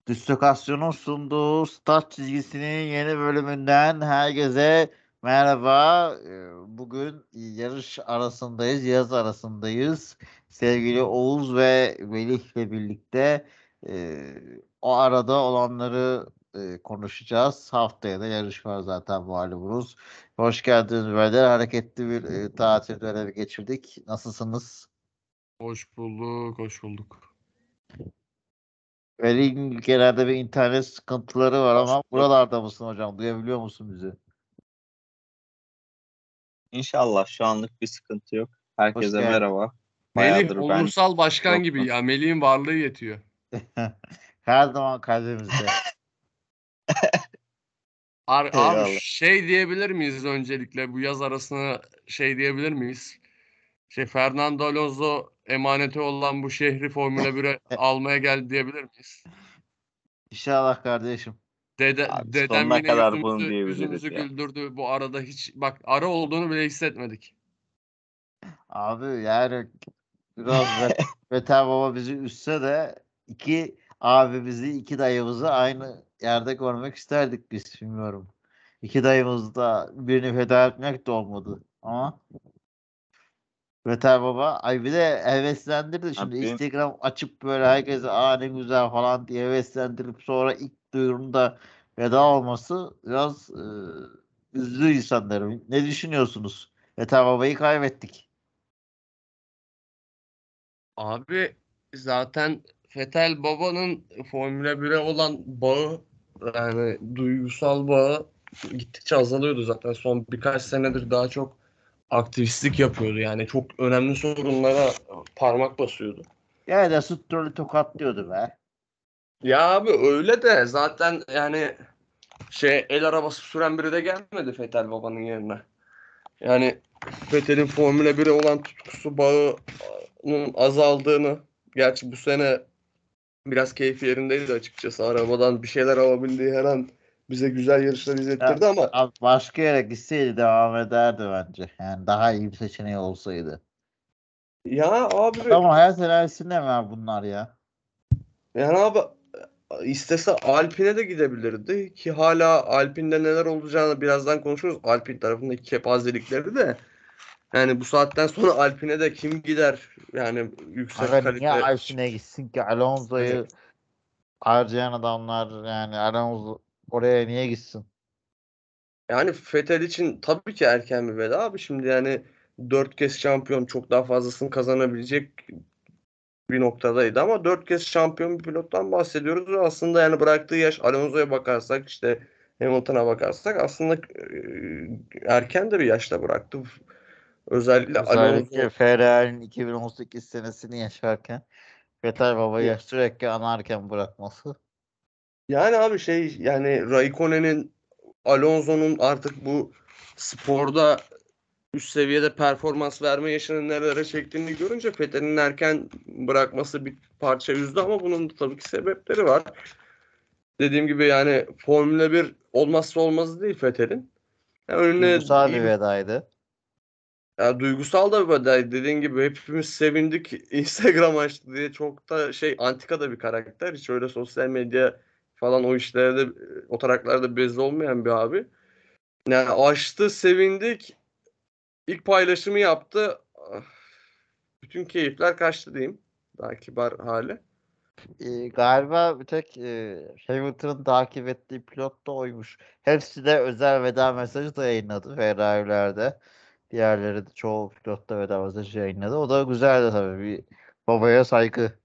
Distokasyon'un sunduğu Start çizgisinin yeni bölümünden herkese merhaba. Bugün yarış arasındayız, yaz arasındayız. Sevgili Oğuz ve Melih ile birlikte o arada olanları konuşacağız. Haftaya da yarış var zaten malumunuz. Hoş geldiniz beyler. Hareketli bir tatil dönemi geçirdik. Nasılsınız? Hoş bulduk, hoş bulduk. Veli'nin genelde bir internet sıkıntıları var Hoş ama bulduk. buralarda mısın hocam? Duyabiliyor musun bizi? İnşallah şu anlık bir sıkıntı yok. Hoş Herkese geldin. merhaba. Melih Bayağıdır ben onursal başkan gibi yoktum. ya. Melih'in varlığı yetiyor. Her zaman kalbimizde. Abi Eyvallah. şey diyebilir miyiz öncelikle bu yaz arasına diyebilir miyiz? Fernando Alonso emaneti olan bu şehri Formula 1'e almaya geldi diyebilir miyiz? İnşallah kardeşim. Abi Dedem sonuna yine kadar bunu diyebiliriz yüzümüzü ya. güldürdü bu arada, hiç bak ara olduğunu bile hissetmedik. Abi yani biraz Beter Baba bizi üstse de iki abimizi, iki dayımızı aynı yerde görmek isterdik biz. Bilmiyorum. İki dayımız da birini feda etmek de olmadı. Ama Beter Baba. Ay bir de heveslendirdi. Şimdi Abi Instagram açıp böyle herkese ne güzel falan diye heveslendirip sonra ilk duyurumda veda olması biraz üzdü insanları. Ne düşünüyorsunuz? Beter Baba'yı kaybettik. Abi zaten Fetel Baba'nın Formula 1'e olan bağı, yani duygusal bağı gittikçe azalıyordu zaten. Son birkaç senedir daha çok aktivistlik yapıyordu. Yani çok önemli sorunlara parmak basıyordu. Ya da Stroll'ü tokatlıyordu be. Ya abi öyle de zaten yani el arabası süren biri de gelmedi Fetel Baba'nın yerine. Yani Fetel'in Formula 1'e olan tutkusu, bağının azaldığını, gerçi bu sene biraz keyfi yerindeydi açıkçası. Arabadan bir şeyler alabildiği her an bize güzel yarışlar Ya, izlettirdi ama abi başka yere gitseydi devam ederdi bence. Yani daha iyi bir seçeneği olsaydı. ya abi Ama hayat enerjisinde mi var bunlar ya? yani abi istese Alpine de gidebilirdi ki hala Alpine'de neler olacağını birazdan konuşuruz. Alpine tarafındaki kepazelikleri de, yani bu saatten sonra Alpine de kim gider yani yüksek Aga niye kalite. Alpine'e gitsin ki Hani Alonso'yu harcayan adamlar yani Alonso oraya niye gitsin? yani Vettel için tabii ki erken bir veda abi. Şimdi yani 4 kez şampiyon, çok daha fazlasını kazanabilecek bir noktadaydı ama 4 kez şampiyon bir pilottan bahsediyoruz ve aslında yani bıraktığı yaş, Alonso'ya bakarsak, işte Hamilton'a bakarsak aslında erken de bir yaşta bıraktı. Özellikle Özellikle Alonso, Ferrari'nin 2018 senesini yaşarken Vettel Baba'yı ya- sürekli anarken bırakması. yani abi yani Raikkonen'in, Alonso'nun artık bu sporda üst seviyede performans verme yaşını nerelere çektiğini görünce Vettel'in erken bırakması bir parça üzdü ama bunun da tabii ki sebepleri var. Dediğim gibi yani Formula 1 olmazsa olmazı değil Vettel'in. Yani önüne Duygusal bir iyi bir, vedaydı. ya duygusal da bir aday. Dediğin gibi hepimiz sevindik Instagram açtı diye. Çok da antika da bir karakter. Hiç öyle sosyal medya falan o işlerde, o taraklarda bezli olmayan bir abi. Yani açtı, sevindik. İlk paylaşımı yaptı. Ah, bütün keyifler kaçtı diyeyim. Daha kibar hali. Galiba bir tek Hamilton'ın takip ettiği pilot da oymuş. Hepsi de özel veda mesajı da yayınladı Ferrari'lerde. Diğerleri de çoğu pilot da veda mesajı yayınladı. O da güzeldi tabii. Bir babaya saygı.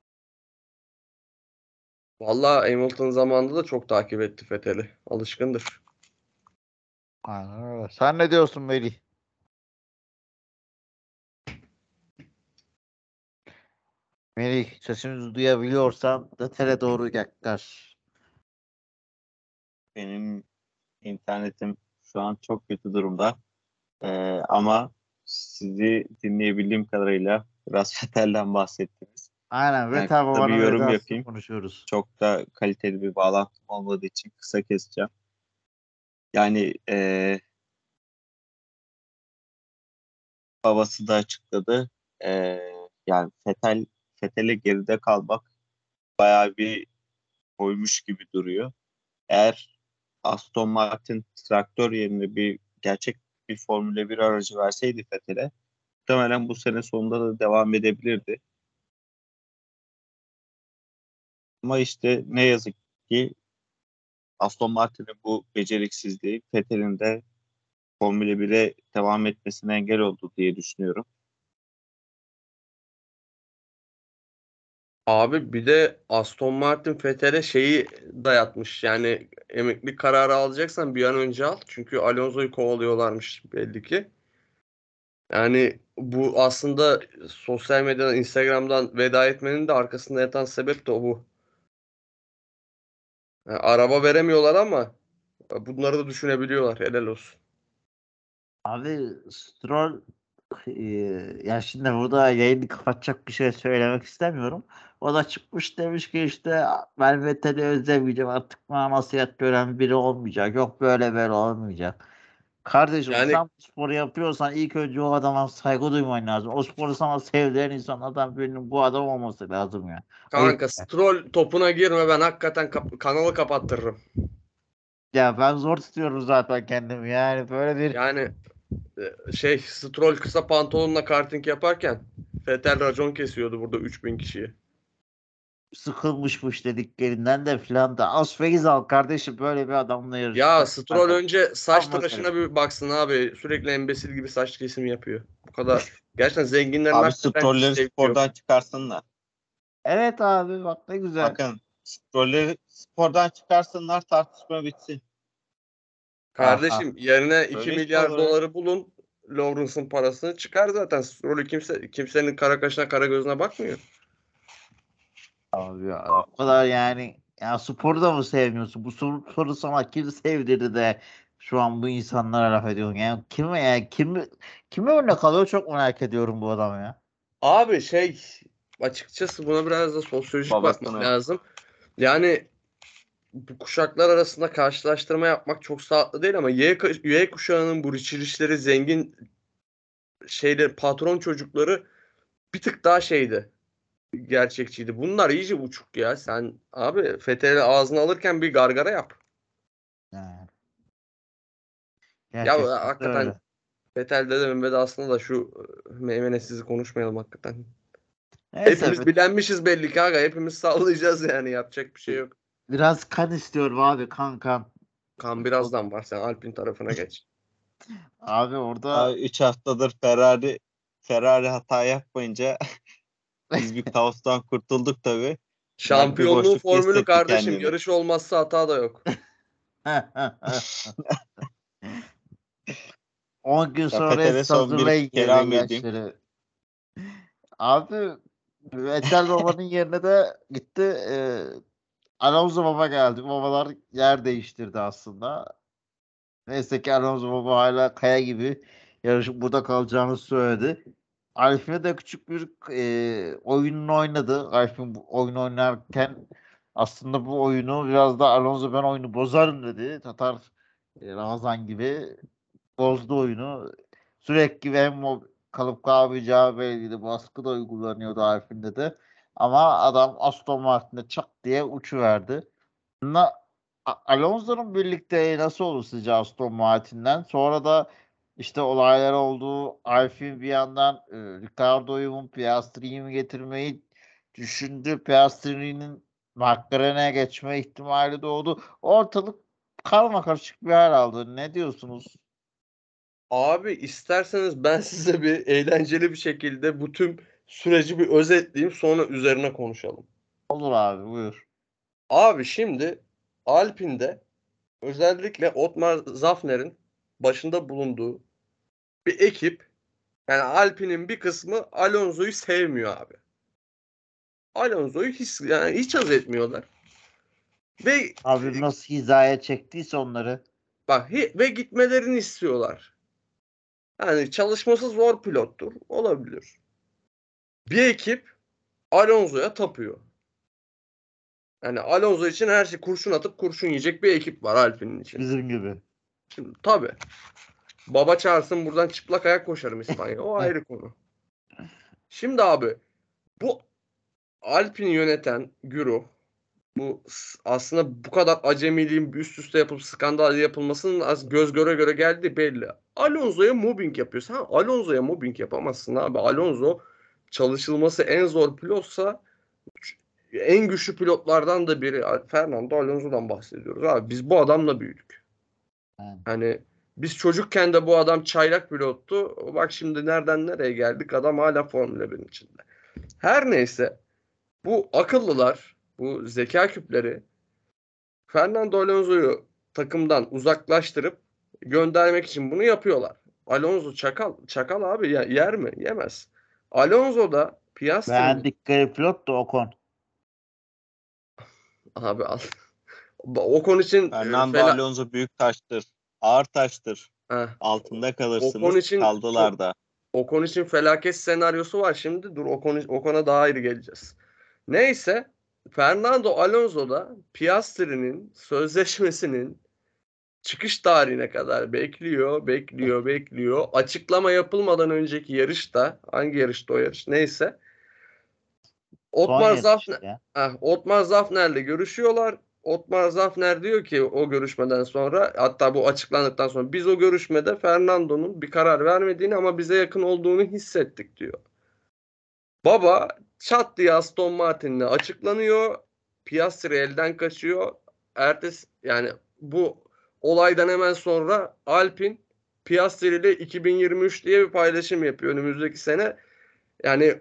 Vallahi Hamilton zamanında da çok takip etti Vettel'i. Alışkındır. Aynen öyle. Sen ne diyorsun Melih? Melih sesimizi duyabiliyorsan Vettel'e doğru yaklaş. benim internetim şu an çok kötü durumda. Ama sizi dinleyebildiğim kadarıyla biraz Fethel'den bahsettiniz. Aynen Yani Vettel kısa bir babanın yorum vedasını yapayım. konuşuyoruz. Çok da kaliteli bir bağlantım olmadığı için kısa keseceğim. Yani babası da açıkladı. Yani Fethel'e geride kalmak bayağı bir koymuş gibi duruyor. Eğer Aston Martin traktör yerine gerçek bir Formula 1 aracı verseydi Vettel'e, muhtemelen bu sene sonunda da devam edebilirdi. Ama işte ne yazık ki Aston Martin'in bu beceriksizliği Vettel'in de Formula 1'e devam etmesine engel oldu diye düşünüyorum. Abi bir de Aston Martin Vettel'e şeyi dayatmış. Yani emeklilik kararı alacaksan bir an önce al. Çünkü Alonso'yu kovalıyorlarmış belli ki. Yani bu aslında sosyal medyadan, Instagram'dan veda etmenin de arkasında yatan sebep de o bu. Yani araba veremiyorlar ama bunları da düşünebiliyorlar. Helal olsun. Abi Stroll ya şimdi burada yayını kapatacak bir şey söylemek istemiyorum. O da çıkmış demiş ki işte ben Vettel'i özlemeyeceğim artık bana nasihat gören biri olmayacak. Yok böyle böyle olmayacak. Kardeşim Yani sen bu sporu yapıyorsan ilk önce o adama saygı duyman lazım. O sporu sana sevdiren insanlardan birinin bu adam olması lazım ya. Ayıp. kanka Stroll topuna girme, ben hakikaten kanalı kapattırırım. Ya ben zor tutuyorum zaten kendimi yani böyle bir Yani Stroll kısa pantolonla karting yaparken Vettel racon kesiyordu burada 3000 kişiyi. sıkılmışmış dediklerinden de filan da az feyiz al kardeşim böyle bir adamla Ya yarışmak. Stroll önce saç Aferin. tıraşına bir baksın abi. Sürekli embesil gibi saç kesimi yapıyor. Bu kadar. Gerçekten zenginlerin Abi hakikaten hiç Stroll'leri zevki yok. spordan çıkarsınlar. Evet abi bak ne güzel. Bakın, Stroll'leri spordan çıkarsınlar, tartışma bitsin. Aha. Kardeşim yerine 2 Böyle iş mi milyar olur ya? doları bulun. Lawrence'ın parasını çıkar zaten. Stroll'ü kimsenin kara kaşına kara gözüne bakmıyor. Abi ya, o kadar yani ya sporu da mı sevmiyorsun? Bu sporu sana kim sevdirdi de şu an bu insanlara laf ediyorsun? Yani kime örnek alıyor çok merak ediyorum bu adam ya. Abi açıkçası buna biraz da sosyolojik bakmak Babasını. lazım. Yani bu kuşaklar arasında karşılaştırma yapmak çok sağlıklı değil ama Y kuşağının bu rich zengin patron çocukları bir tık daha gerçekçiydi. Bunlar iyice uçuk ya. Sen abi Fethel'i ağzına alırken bir gargara yap. Yani, Ya gerçekten de hakikaten öyle. Fethel dedemin vedasında da şu meymenetsizi konuşmayalım hakikaten. Neyse Hepimiz bilenmişiz belli ki aga. Hepimiz sallayacağız yani. Yapacak bir şey yok. biraz kan istiyorum abi kan. Kan birazdan var. Sen Alp'in tarafına geç. Abi Abi orada 3 haftadır Ferrari hata yapmayınca biz bir kaostan kurtulduk tabii. Mert bir Şampiyonluğun boşluk formülü hissetti kardeşim. kendini. Yarış olmazsa hata da yok. 10 gün Ya sonra Fethel'e son bir hazırlayın yeni kelam edeyim. gençleri. Abi Vettel Baba'nın yerine de gitti. Alonso Baba geldi. Babalar yer değiştirdi aslında. Neyse ki Alonso Baba hala kaya gibi yarışıp burada kalacağını söyledi. Alfine de küçük bir oyununu oynadı. Alfin bu oyunu oynarken aslında bu oyunu biraz da Alonso ben oyunu bozarım dedi. Tatar Ramazan gibi bozdu oyunu. Sürekli hem o kalıp kalmayacağı belliydi. Baskı da uygulanıyordu Alfinde de. Ama adam Aston Martin'de çak diye uçuverdi. Na, Alonso'nun birlikte nasıl olur sizce Aston Martin'den? Sonra da işte olaylar oldu. Alfin bir yandan Ricardo'yu mu Piastri'yi mi getirmeyi düşündü. Piastri'nin McLaren'e geçme ihtimali doğdu. Ortalık karmakarışık bir hal aldı. Ne diyorsunuz? Abi isterseniz ben size bir eğlenceli bir şekilde bu tüm süreci bir özetleyeyim, sonra üzerine konuşalım. Olur abi buyur. Abi şimdi Alpine'de özellikle Otmar Zafner'in başında bulunduğu bir ekip, yani Alpine'in bir kısmı Alonso'yu sevmiyor abi. Alonso'yu hiç haz etmiyorlar. Ve Abi nasıl hizaya çektiyse onları. ve gitmelerini istiyorlar. Yani çalışması zor pilottur. Olabilir. Bir ekip Alonso'ya tapıyor. Yani Alonso için her şey kurşun atıp kurşun yiyecek bir ekip var Alpine'in içinde. Bizim gibi. Şimdi tabii. Baba çağırsın buradan çıplak ayak koşarım İspanya. O ayrı konu. Şimdi abi bu Alpine'i yöneten güruh bu aslında bu kadar acemiliğin üst üste yapılıp skandal yapılmasının az göz göre göre geldiği belli. Alonso'ya mobbing yapıyorsun. Ha, Alonso'ya mobbing yapamazsın abi. Alonso çalışılması en zor pilotsa en güçlü pilotlardan da biri. Fernando Alonso'dan bahsediyoruz abi. Biz bu adamla büyüdük. Yani. Hani biz çocukken de bu adam çaylak pilottu. Bak şimdi nereden nereye geldik. Adam hala Formula 1'in içinde. Her neyse bu akıllılar, bu zeka küpleri Fernando Alonso'yu takımdan uzaklaştırıp göndermek için bunu yapıyorlar. Alonso çakal. Çakal abi yer mi? Yemez. Alonso da Piastri'nin Beğendikleri pilot da Ocon. abi Ocon için Fernando Alonso büyük taştır. Ağır taştır. Altında Ocon kalırsınız. için Kaldılar da. Ocon için felaket senaryosu var şimdi. Dur Ocon'a daha ayrı geleceğiz. Neyse Fernando Alonso da Piastri'nin sözleşmesinin çıkış tarihine kadar bekliyor. Açıklama yapılmadan önceki yarışta, hangi yarışta o yarış neyse, Otmar Zafner'le görüşüyorlar. Otmar Zafner diyor ki o görüşmeden sonra, hatta bu açıklandıktan sonra, biz o görüşmede Fernando'nun bir karar vermediğini ama bize yakın olduğunu hissettik diyor. Baba çat diye Aston Martin'le açıklanıyor. Piastri elden kaçıyor. Yani bu olaydan hemen sonra Alpine Piastri ile 2023 diye bir paylaşım yapıyor önümüzdeki sene. Yani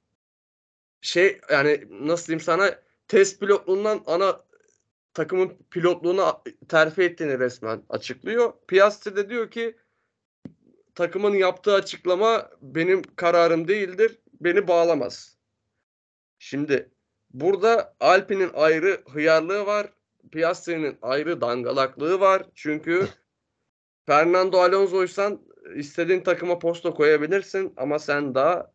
yani nasıl diyeyim sana, test pilotluğundan ana takımın pilotluğuna terfi ettiğini resmen açıklıyor. Piastri de diyor ki takımın yaptığı açıklama benim kararım değildir. Beni bağlamaz. Şimdi burada Alpine'in ayrı hıyarlığı var. Piastri'nin ayrı dangalaklığı var. Çünkü Fernando Alonso'ysan istediğin takıma posta koyabilirsin ama sen daha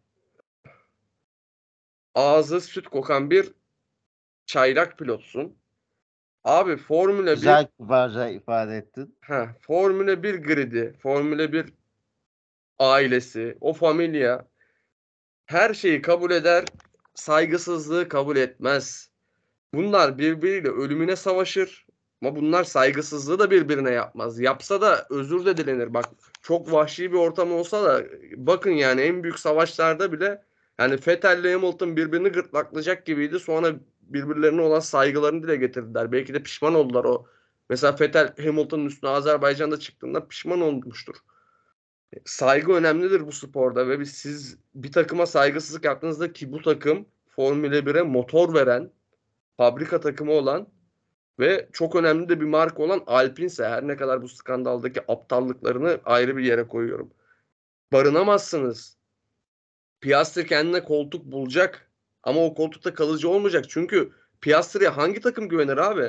ağzı süt kokan bir çaylak pilotsun. Abi Güzel ifade ettin. Formula 1 gridi, Formula 1 ailesi, o familya her şeyi kabul eder, saygısızlığı kabul etmez. Bunlar birbiriyle ölümüne savaşır ama bunlar saygısızlığı da birbirine yapmaz. Yapsa da özür de dilenir. Bak çok vahşi bir ortam olsa da bakın yani en büyük savaşlarda bile yani Vettel ile Hamilton birbirini gırtlaklayacak gibiydi. Sonra birbirlerine olan saygılarını dile getirdiler. Belki de pişman oldular o. Mesela Vettel Hamilton'ın üstüne Azerbaycan'da çıktığında pişman olmuştur. Saygı önemlidir bu sporda ve siz bir takıma saygısızlık yaptığınızda, ki bu takım Formula 1'e motor veren, fabrika takımı olan ve çok önemli de bir marka olan Alpine'se, her ne kadar bu skandaldaki aptallıklarını ayrı bir yere koyuyorum, barınamazsınız. Piastri kendine koltuk bulacak ama o koltukta kalıcı olmayacak. Çünkü Piastri'ye hangi takım güvenir abi?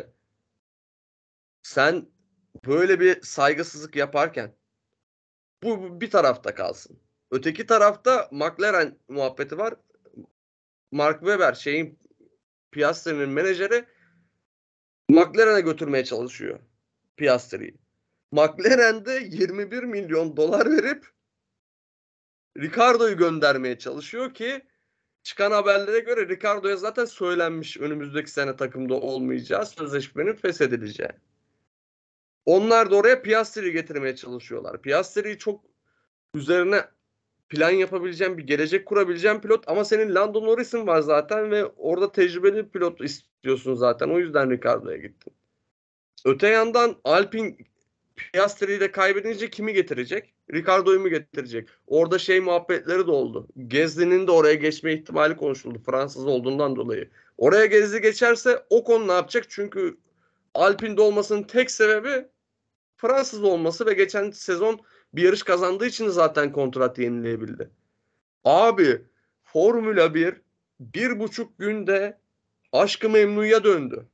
Sen böyle bir saygısızlık yaparken bu bir tarafta kalsın. Öteki tarafta McLaren muhabbeti var. Mark Webber Piastri'nin menajeri McLaren'e götürmeye çalışıyor Piastri'yi. McLaren de 21 milyon dolar verip Ricardo'yu göndermeye çalışıyor ki çıkan haberlere göre Ricardo'ya zaten söylenmiş önümüzdeki sene takımda olmayacağı, sözleşmenin feshedileceği. Onlar da oraya Piastri'yi getirmeye çalışıyorlar. Piastri'yi çok üzerine plan yapabileceğim, bir gelecek kurabileceğim pilot ama senin Lando Norris'in var zaten ve orada tecrübeli pilot istiyorsun zaten. O yüzden Ricardo'ya gittin. Öte yandan Alpine Piastri'yi de kaybedince kimi getirecek? Ricardo'yu mu getirecek? Orada muhabbetleri de oldu. Gasly'nin de oraya geçme ihtimali konuşuldu. Fransız olduğundan dolayı. Oraya Gasly geçerse Ocon ne yapacak? Çünkü Alpine'de olmasının tek sebebi Fransız olması ve geçen sezon bir yarış kazandığı için zaten kontrat yenileyebildi. Abi Formula 1 1,5 günde Aşk-ı Memnu'ya döndü.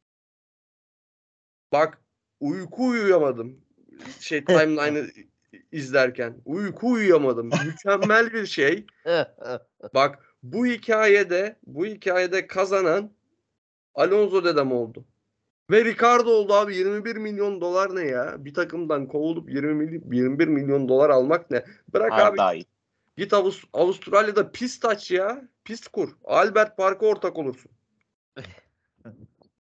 Bak uyku uyuyamadım. Timeline'ı izlerken. Uyku uyuyamadım. Mükemmel bir şey. Bak bu hikayede kazanan Alonso dedem oldu. Ve Ricardo oldu abi. 21 milyon dolar ne ya? Bir takımdan kovulup 21 milyon dolar almak ne? Bırak abi. Dahil. Git Avustralya'da pist aç ya. Pist kur. Albert Park'a ortak olursun.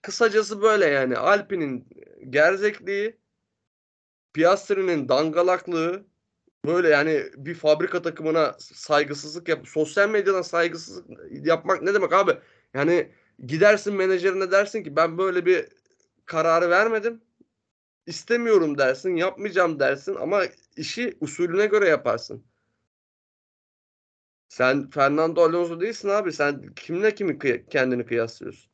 Kısacası böyle yani. Alpine'in gerzekliği, Piastri'nin dangalaklığı, böyle yani bir fabrika takımına saygısızlık sosyal medyadan saygısızlık yapmak ne demek abi? Yani gidersin menajerine dersin ki ben böyle bir kararı vermedim. İstemiyorum dersin, yapmayacağım dersin ama işi usulüne göre yaparsın. Sen Fernando Alonso değilsin abi. Sen kimle kendini kıyaslıyorsun?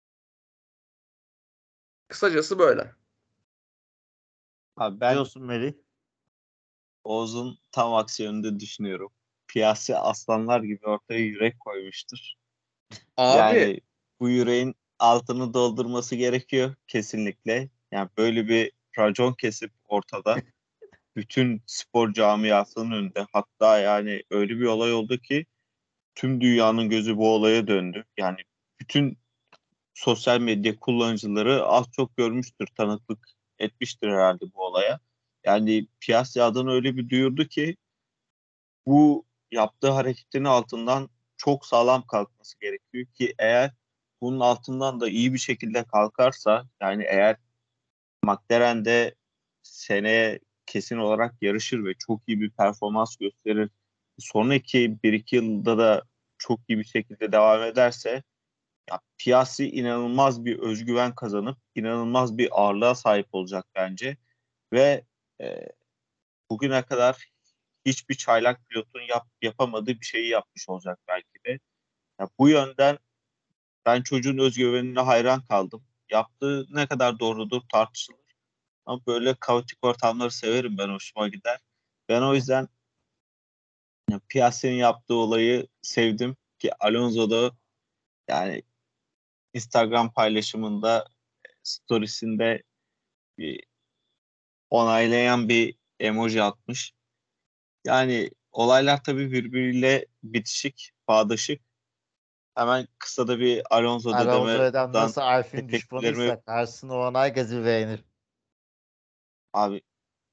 Kısacası böyle. Abi ben Diyorsun Melih. Oğuz'un tam aksi yönde düşünüyorum. Piyasi aslanlar gibi ortaya yürek koymuştur. Abi Yani bu yüreğin altını doldurması gerekiyor kesinlikle. Yani böyle bir racon kesip ortada bütün spor camiasının önünde. Hatta yani öyle bir olay oldu ki tüm dünyanın gözü bu olaya döndü. Yani bütün sosyal medya kullanıcıları az çok görmüştür, tanıklık etmiştir herhalde bu olaya. Yani Piastri adını öyle bir duyurdu ki bu yaptığı hareketin altından çok sağlam kalkması gerekiyor ki eğer bunun altından da iyi bir şekilde kalkarsa yani eğer McLaren'de seneye kesin olarak yarışır ve çok iyi bir performans gösterir. Sonraki 1-2 yılda da çok iyi bir şekilde devam ederse ya Piastri inanılmaz bir özgüven kazanıp inanılmaz bir ağırlığa sahip olacak bence ve e, bugüne kadar hiçbir çaylak pilotun yapamadığı bir şeyi yapmış olacak belki de. Ya bu yönden ben çocuğun özgüvenine hayran kaldım. Yaptığı ne kadar doğrudur tartışılır. Ama böyle kaotik ortamları severim, ben hoşuma gider. Ben o yüzden Piastri'nin yaptığı olayı sevdim ki Alonso da yani Instagram paylaşımında storiesinde bir onaylayan bir emoji atmış. Yani olaylar tabii birbiriyle bitişik, bağdaşık. Hemen kısa da bir Alonso dedeme Alonso'dan buradan nasıl Alfin teşekkürlerimi düşmanıysa karşısına onay gazı beğenir. abi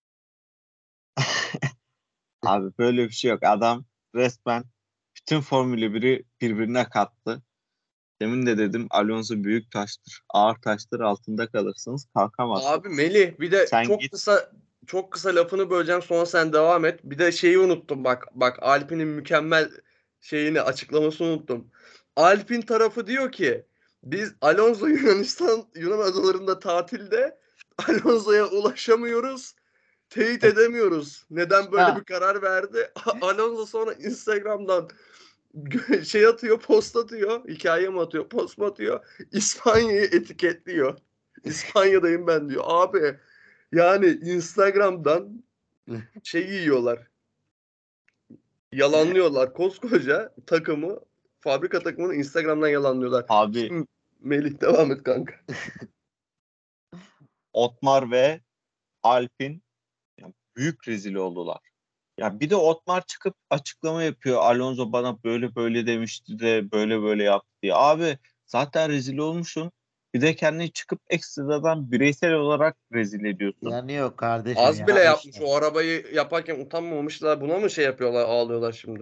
abi böyle bir şey yok. Adam resmen bütün Formula 1'i birbirine kattı. Demin de dedim Alonso büyük taştır. Ağır taştır, altında kalırsınız Abi kalkamazsınız. Melih bir de Sen çok git. kısa çok kısa lafını böleceğim sonra sen devam et. Bir de şeyi unuttum bak Alpin'in mükemmel şeyini açıklamasını unuttum. Alpin tarafı diyor ki biz Alonso Yunan adalarında tatilde Alonso'ya ulaşamıyoruz. Teyit edemiyoruz. Neden böyle Ha, bir karar verdi? Alonso sonra Instagram'dan şey atıyor, post atıyor. Hikaye mi atıyor, post mu atıyor? İspanya'yı etiketliyor. İspanya'dayım ben diyor. Abi yani Instagram'dan şey yiyorlar. Yalanlıyorlar. Koskoca takımı, fabrika takımını Instagram'dan yalanlıyorlar. Abi Şimdi Melih devam et kanka. Otmar ve Alpin yani büyük rezil oldular. Ya bir de Otmar çıkıp açıklama yapıyor. Alonso bana böyle böyle demişti de böyle böyle yaptı diye. Abi zaten rezil olmuşsun. Bir de kendini çıkıp ekstradan bireysel olarak rezil ediyorsun. yanıyor kardeşim Az bile ya yapmış. işte. O arabayı yaparken utanmamışlar. Buna mı şey yapıyorlar, ağlıyorlar şimdi?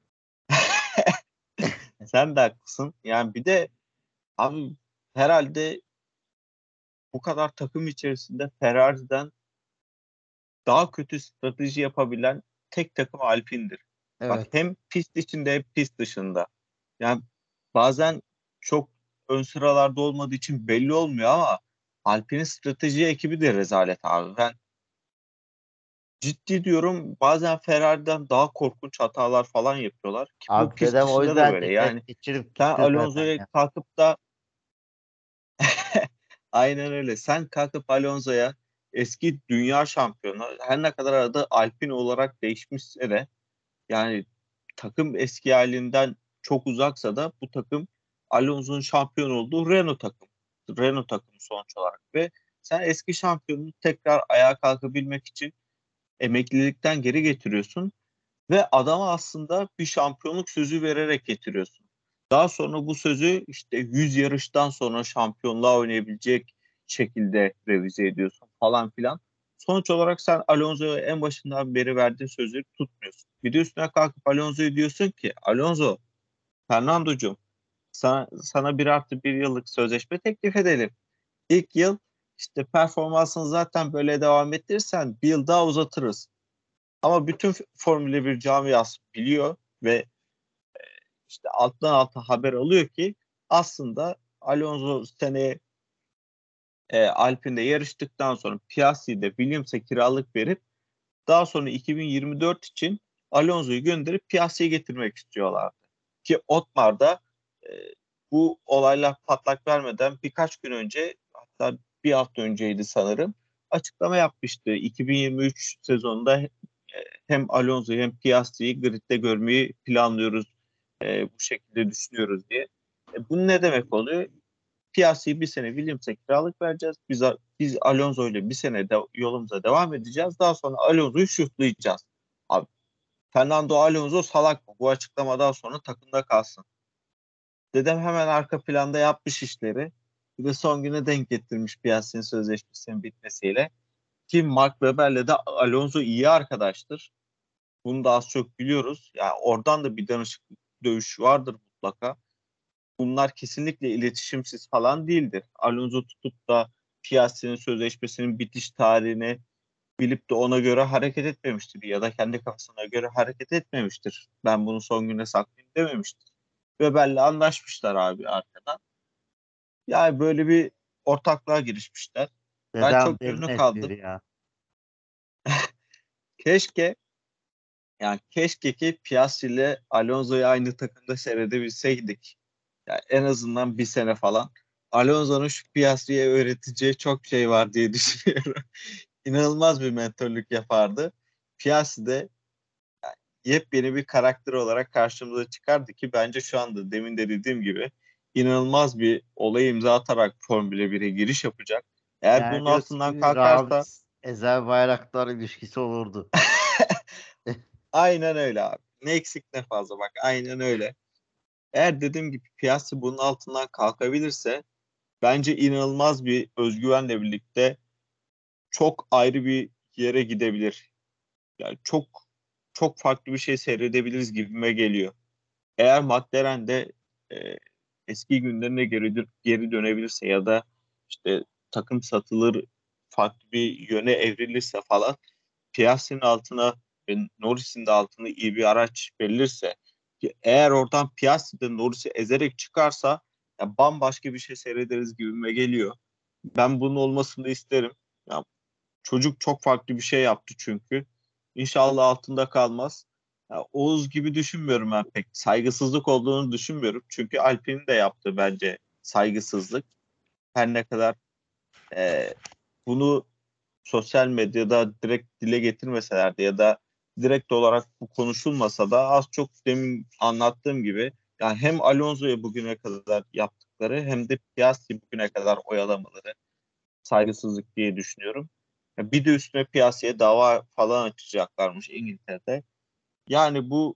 Sen de haklısın. Yani bir de abi herhalde bu kadar takım içerisinde Ferrari'den daha kötü strateji yapabilen tek takım Alpine'dir. Bak Evet. hem pist içinde hem pist dışında. Yani bazen çok ön sıralarda olmadığı için belli olmuyor ama Alpine'in strateji ekibi de rezalet abi. Ben ciddi diyorum, bazen Ferrari'den daha korkunç hatalar falan yapıyorlar ki bu Abi pist dedem o dışında da yüzden böyle. Yani geçirip sen gitti zaten Alonso'ya ya. kalkıp da aynen öyle. Sen kalkıp Alonso'ya, eski dünya şampiyonu, her ne kadar adı Alpine olarak değişmişse de yani takım eski halinden çok uzaksa da bu takım Alonso'nun şampiyon olduğu Renault takım. Renault takımı sonuç olarak ve sen eski şampiyonu tekrar ayağa kalkabilmek için emeklilikten geri getiriyorsun ve adama aslında bir şampiyonluk sözü vererek getiriyorsun. Daha sonra bu sözü işte 100 yarıştan sonra şampiyonluğa oynayabilecek şekilde revize ediyorsun falan filan. Sonuç olarak sen Alonso'ya en başından beri verdiğin sözleri tutmuyorsun. Bir de üstüne kalkıp Alonso'ya diyorsun ki Alonso, Fernando'cum Sana 1+1 yıllık sözleşme teklif edelim. İlk yıl işte performansını zaten böyle devam ettirirsen bir yıl daha uzatırız. Ama bütün Formula 1 camiası biliyor ve işte alttan alta haber alıyor ki aslında Alonso seneye Alpine'de yarıştıktan sonra Piastri'de Williams'e kiralık verip daha sonra 2024 için Alonso'yu gönderip Piastri'yi getirmek istiyorlardı. Ki Otmar da e, bu olaylar patlak vermeden birkaç gün önce, hatta bir hafta önceydi sanırım, açıklama yapmıştı. 2023 sezonunda hem Alonso'yu hem Piastri'yi gridde görmeyi planlıyoruz, bu şekilde düşünüyoruz diye. Bu ne demek oluyor? Piastri'yi bir sene Williams'e kiralık vereceğiz. Biz Alonso ile bir sene yolumuza devam edeceğiz. Daha sonra Alonso'yu şutlayacağız. Abi, Fernando Alonso salak mı? Bu açıklamadan sonra takımda kalsın. Dedem hemen arka planda yapmış işleri. Bir de son güne denk getirmiş Piastri'nin sözleşmesinin bitmesiyle. Ki Mark Webber'le de Alonso iyi arkadaştır. Bunu da az çok biliyoruz. Yani oradan da bir danışıklık dövüş vardır mutlaka. Bunlar kesinlikle iletişimsiz falan değildir. Alonso tutup da Piastri'nin sözleşmesinin bitiş tarihini bilip de ona göre hareket etmemiştir ya da kendi kafasına göre hareket etmemiştir. Ben bunu son güne saklayayım dememiştir. Weber'le anlaşmışlar abi arkadan. Yani böyle bir ortaklığa girişmişler. Ben Dedem çok derin memnun espri kaldım. ya. Keşke keşke ki Piastri ile Alonso'yu aynı takımda seyredebilseydik. Yani en azından bir sene falan. Alonso'nun şu Piastri'ye öğreteceği çok şey var diye düşünüyorum. İnanılmaz bir mentörlük yapardı. Piastri de yepyeni bir karakter olarak karşımıza çıkardı ki bence şu anda demin de dediğim gibi inanılmaz bir olaya imza atarak Formula 1'e giriş yapacak. Eğer Yani bunun diyorsun altından ki kalkarsa Ramiz Ezel Bayraktar ilişkisi olurdu. aynen öyle abi. Ne eksik ne fazla, bak aynen öyle. Eğer dediğim gibi Piastri bunun altından kalkabilirse bence inanılmaz bir özgüvenle birlikte çok ayrı bir yere gidebilir. Yani çok çok farklı bir şey seyredebiliriz gibime geliyor. Eğer McLaren de e, eski günlerine geri dönebilirse ya da işte takım satılır, farklı bir yöne evrilirse falan, Piastri'nin altına ve Norris'in de altına iyi bir araç verilirse, ki eğer oradan Piastri de Norris'i ezerek çıkarsa ya bambaşka bir şey seyrederiz gibime geliyor. Ben bunun olmasını isterim. Ya, çocuk çok farklı bir şey yaptı çünkü. İnşallah altında kalmaz. Ya, Oğuz gibi düşünmüyorum ben pek. Saygısızlık olduğunu düşünmüyorum. Çünkü Alpine'in de yaptığı bence saygısızlık. Her ne kadar e, bunu sosyal medyada direkt dile getirmeselerdi ya da direkt olarak bu konuşulmasa da az çok demin anlattığım gibi, yani hem Alonso'ya bugüne kadar yaptıkları hem de Piastri bugüne kadar oyalamaları saygısızlık diye düşünüyorum. Ya bir de üstüne piyasaya dava falan açacaklarmış İngiltere'de. Yani bu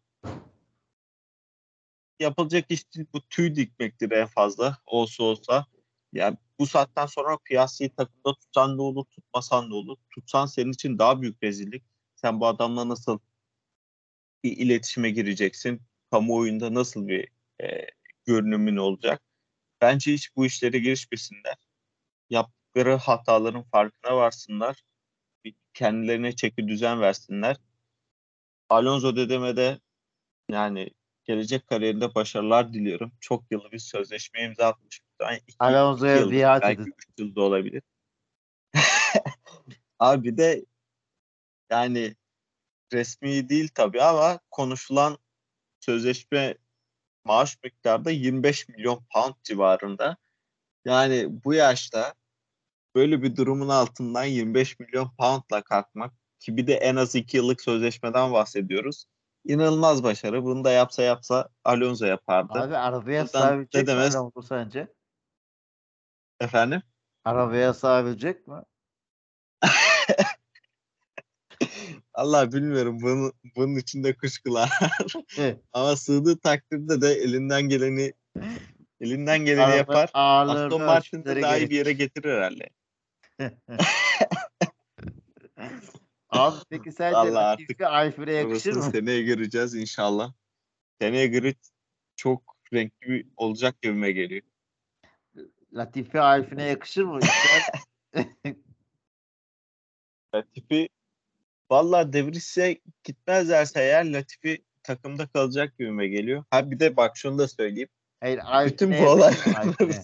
yapılacak iş değil, bu tüy dikmektir en fazla olsa olsa. Yani bu saatten sonra piyasayı takımda tutsan ne olur, tutmasan ne olur. Tutsan senin için daha büyük rezillik. Sen bu adamla nasıl bir iletişime gireceksin? Kamuoyunda nasıl bir e, görünümün olacak? Bence hiç bu işlere girişmesinler. Yaptıkları hataların farkına varsınlar. Bir kendilerine çeki düzen versinler. Alonso dedeme de yani gelecek kariyerinde başarılar diliyorum. Çok yıllı bir sözleşme imza atmış. Yani iki Alonso'ya yıldır, biat belki edin. 3 yılda olabilir. Abi bir de yani resmi değil tabii ama konuşulan sözleşme maaş miktarı da 25 milyon pound civarında. Yani bu yaşta böyle bir durumun altından 25 milyon poundla kalkmak, ki bir de en az 2 yıllık sözleşmeden bahsediyoruz. İnanılmaz başarı. Bunu da yapsa Alonso yapardı. Abi arabaya Buradan sığabilecek mi dedemez Alonso sence? efendim. Arabaya sığabilecek mi? Allah bilmiyorum. Bunun içinde kuşkular. Evet. Ama sığdığı takdirde de elinden geleni yapar. Aston Ağırlığını Martin de ölçüleri daha iyi bir yere gerekir. getirir herhalde. Abi peki sence Allah artık Latifi Alfire yakışır orasını mı? seneye göreceğiz inşallah. Seneye grid çok renkli bir olacak gibime geliyor. Latifi Alfine yakışır mı? İster. Latifi valla Devris'e gitmezlerse eğer Latifi takımda kalacak gibime geliyor. Ha bir de bak şunu da söyleyeyim. Hayır, Bütün Alfine bu yakışır mı olayların Alfine?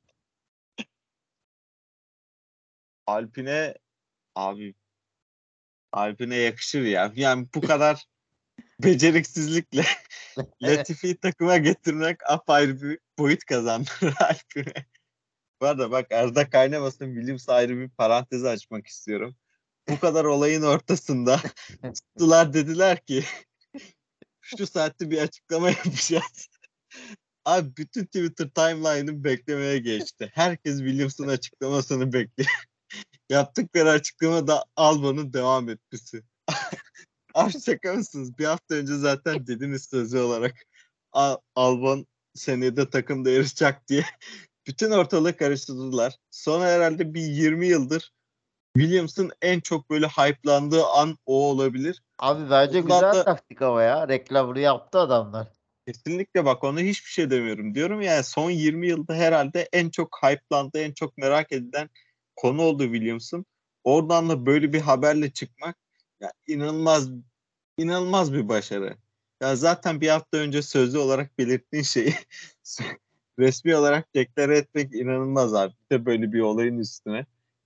Alpine abi Alpine yakışır ya. Yani bu kadar beceriksizlikle Latifi'yi takıma getirmek apayrı bir boyut kazandırır Alpine. Bu arada bak Arda kaynamasın Williams ayrı bir parantezi açmak istiyorum. Bu kadar olayın ortasında tuttular dediler ki şu saatte bir açıklama yapacağız. Abi bütün Twitter timeline'ım beklemeye geçti. Herkes Williams'ın açıklamasını bekliyor. Yaptıkları açıklama da Albon'un devam etmesi. Abi şaka mısınız? Bir hafta önce zaten dediniz sözlü olarak Albon seneye de takımda yarışacak diye. Bütün ortalığı karıştırdılar. Sonra herhalde bir 20 yıldır Williams'ın en çok böyle hype'landığı an o olabilir. Abi bence Ondan güzel da taktik ama ya. Reklamını yaptı adamlar. kesinlikle bak ona hiçbir şey demiyorum. Diyorum yani son 20 yılda herhalde en çok hype'landığı, en çok merak edilen konu oldu Williams'ın. Oradan da böyle bir haberle çıkmak ya inanılmaz bir başarı. Ya zaten bir hafta önce sözlü olarak belirttiğin şeyi resmi olarak deklare etmek inanılmaz abi. Bir de böyle bir olayın üstüne.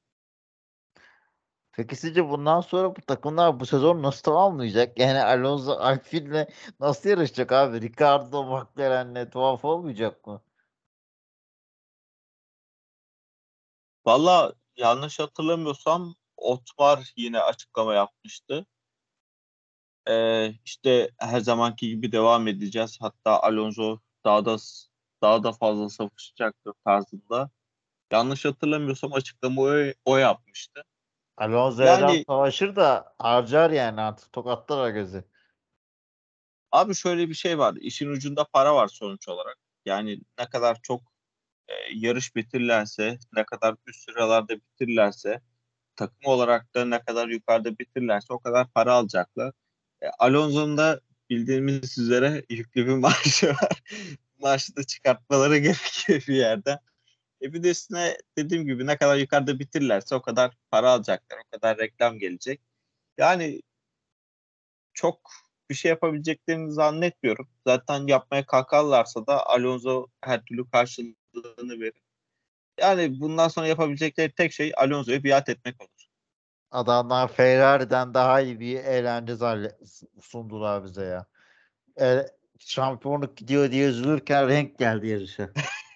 Peki sizce bundan sonra bu takımlar bu sezon nasıl tamamlayacak? Yani Alonso Alfine'le nasıl yarışacak abi? Ricardo McLaren'le tuhaf olmayacak mı? Valla yanlış hatırlamıyorsam Otmar yine açıklama yapmıştı. İşte her zamanki gibi devam edeceğiz. Hatta Alonso daha da fazla savaşacaktır tarzında. Yanlış hatırlamıyorsam açıklama o yapmıştı. Alonso her an Yani savaşır da harcar yani artık tokatlar gözü. abi şöyle bir şey var. İşin ucunda para var sonuç olarak. Yani ne kadar çok yarış bitirlerse, ne kadar üst sıralarda bitirlerse, takım olarak da ne kadar yukarıda bitirlerse o kadar para alacaklar. Alonso'nun da bildiğimiz üzere yüklü bir maaşı var. Maaşı da çıkartmaları gerekiyor bir yerden. Bir de üstüne dediğim gibi ne kadar yukarıda bitirlerse o kadar para alacaklar. O kadar reklam gelecek. Yani çok bir şey yapabileceklerini zannetmiyorum. Zaten yapmaya kalkarlarsa da Alonso her türlü karşılığını verir. Yani bundan sonra yapabilecekleri tek şey Alonso'ya biat etmek olur. Adamlar Ferrari'den daha iyi bir eğlence sundular bize ya. E, Şampiyonluk gidiyor diye üzülürken renk geldi yarışa.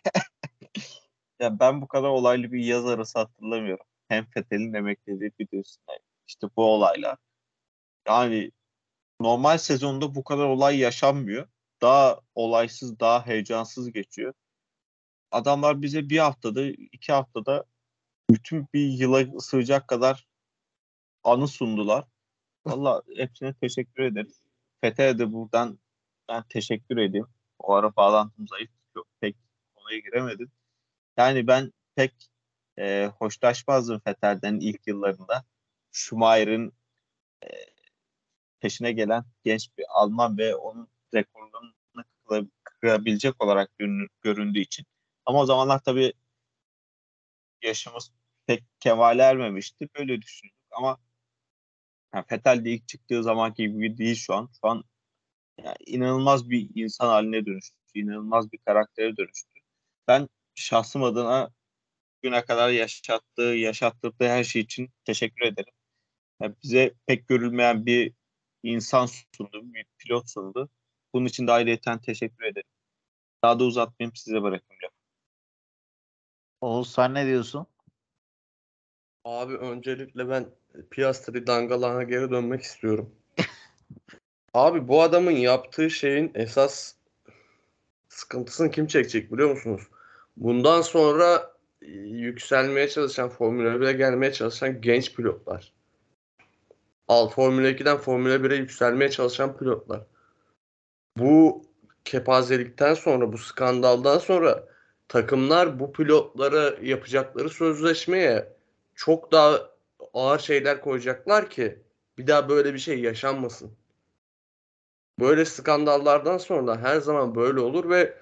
Ya ben bu kadar olaylı bir yaz arası hatırlamıyorum. Hem Fethel'in emeklediği biliyorsun. İşte bu olaylar. Yani normal sezonda bu kadar olay yaşanmıyor. Daha olaysız, daha heyecansız geçiyor. Adamlar bize bir haftada, 2 haftada bütün bir yıla sığacak kadar anı sundular. Valla hepsine teşekkür ederiz. Fethel'e de buradan ben teşekkür edeyim. O ara bağlantım zayıf. Çok pek konuya giremedim. Yani ben pek hoşlaşmazdım Fethel'den ilk yıllarında. Schumacher'in e, peşine gelen genç bir Alman ve onun rekorlarını kırabilecek olarak göründüğü için. Ama o zamanlar tabii yaşımız pek kemale ermemişti. Böyle düşündük ama yani Vettel de ilk çıktığı zamanki gibi değil şu an. Şu an yani inanılmaz bir insan haline dönüştü. İnanılmaz bir karaktere dönüştü. Ben şahsım adına güne kadar yaşattırdığı her şey için teşekkür ederim. Yani bize pek görülmeyen bir insan sundu, bir pilot sundu. Bunun için de ayrıyeten teşekkür ederim. Daha da uzatmayayım, size bırakayım lafı. Oğuz sen ne diyorsun? Abi öncelikle ben Piastri'yi Dangalak'a geri dönmek istiyorum. Abi bu adamın yaptığı şeyin esas sıkıntısını kim çekecek biliyor musunuz? Bundan sonra yükselmeye çalışan, Formula 1'e gelmeye çalışan genç pilotlar. Formula 2'den Formula 1'e yükselmeye çalışan pilotlar. Bu kepazelikten sonra, bu skandaldan sonra takımlar bu pilotlara yapacakları sözleşmeye çok daha ağır şeyler koyacaklar ki bir daha böyle bir şey yaşanmasın. Böyle skandallardan sonra her zaman böyle olur ve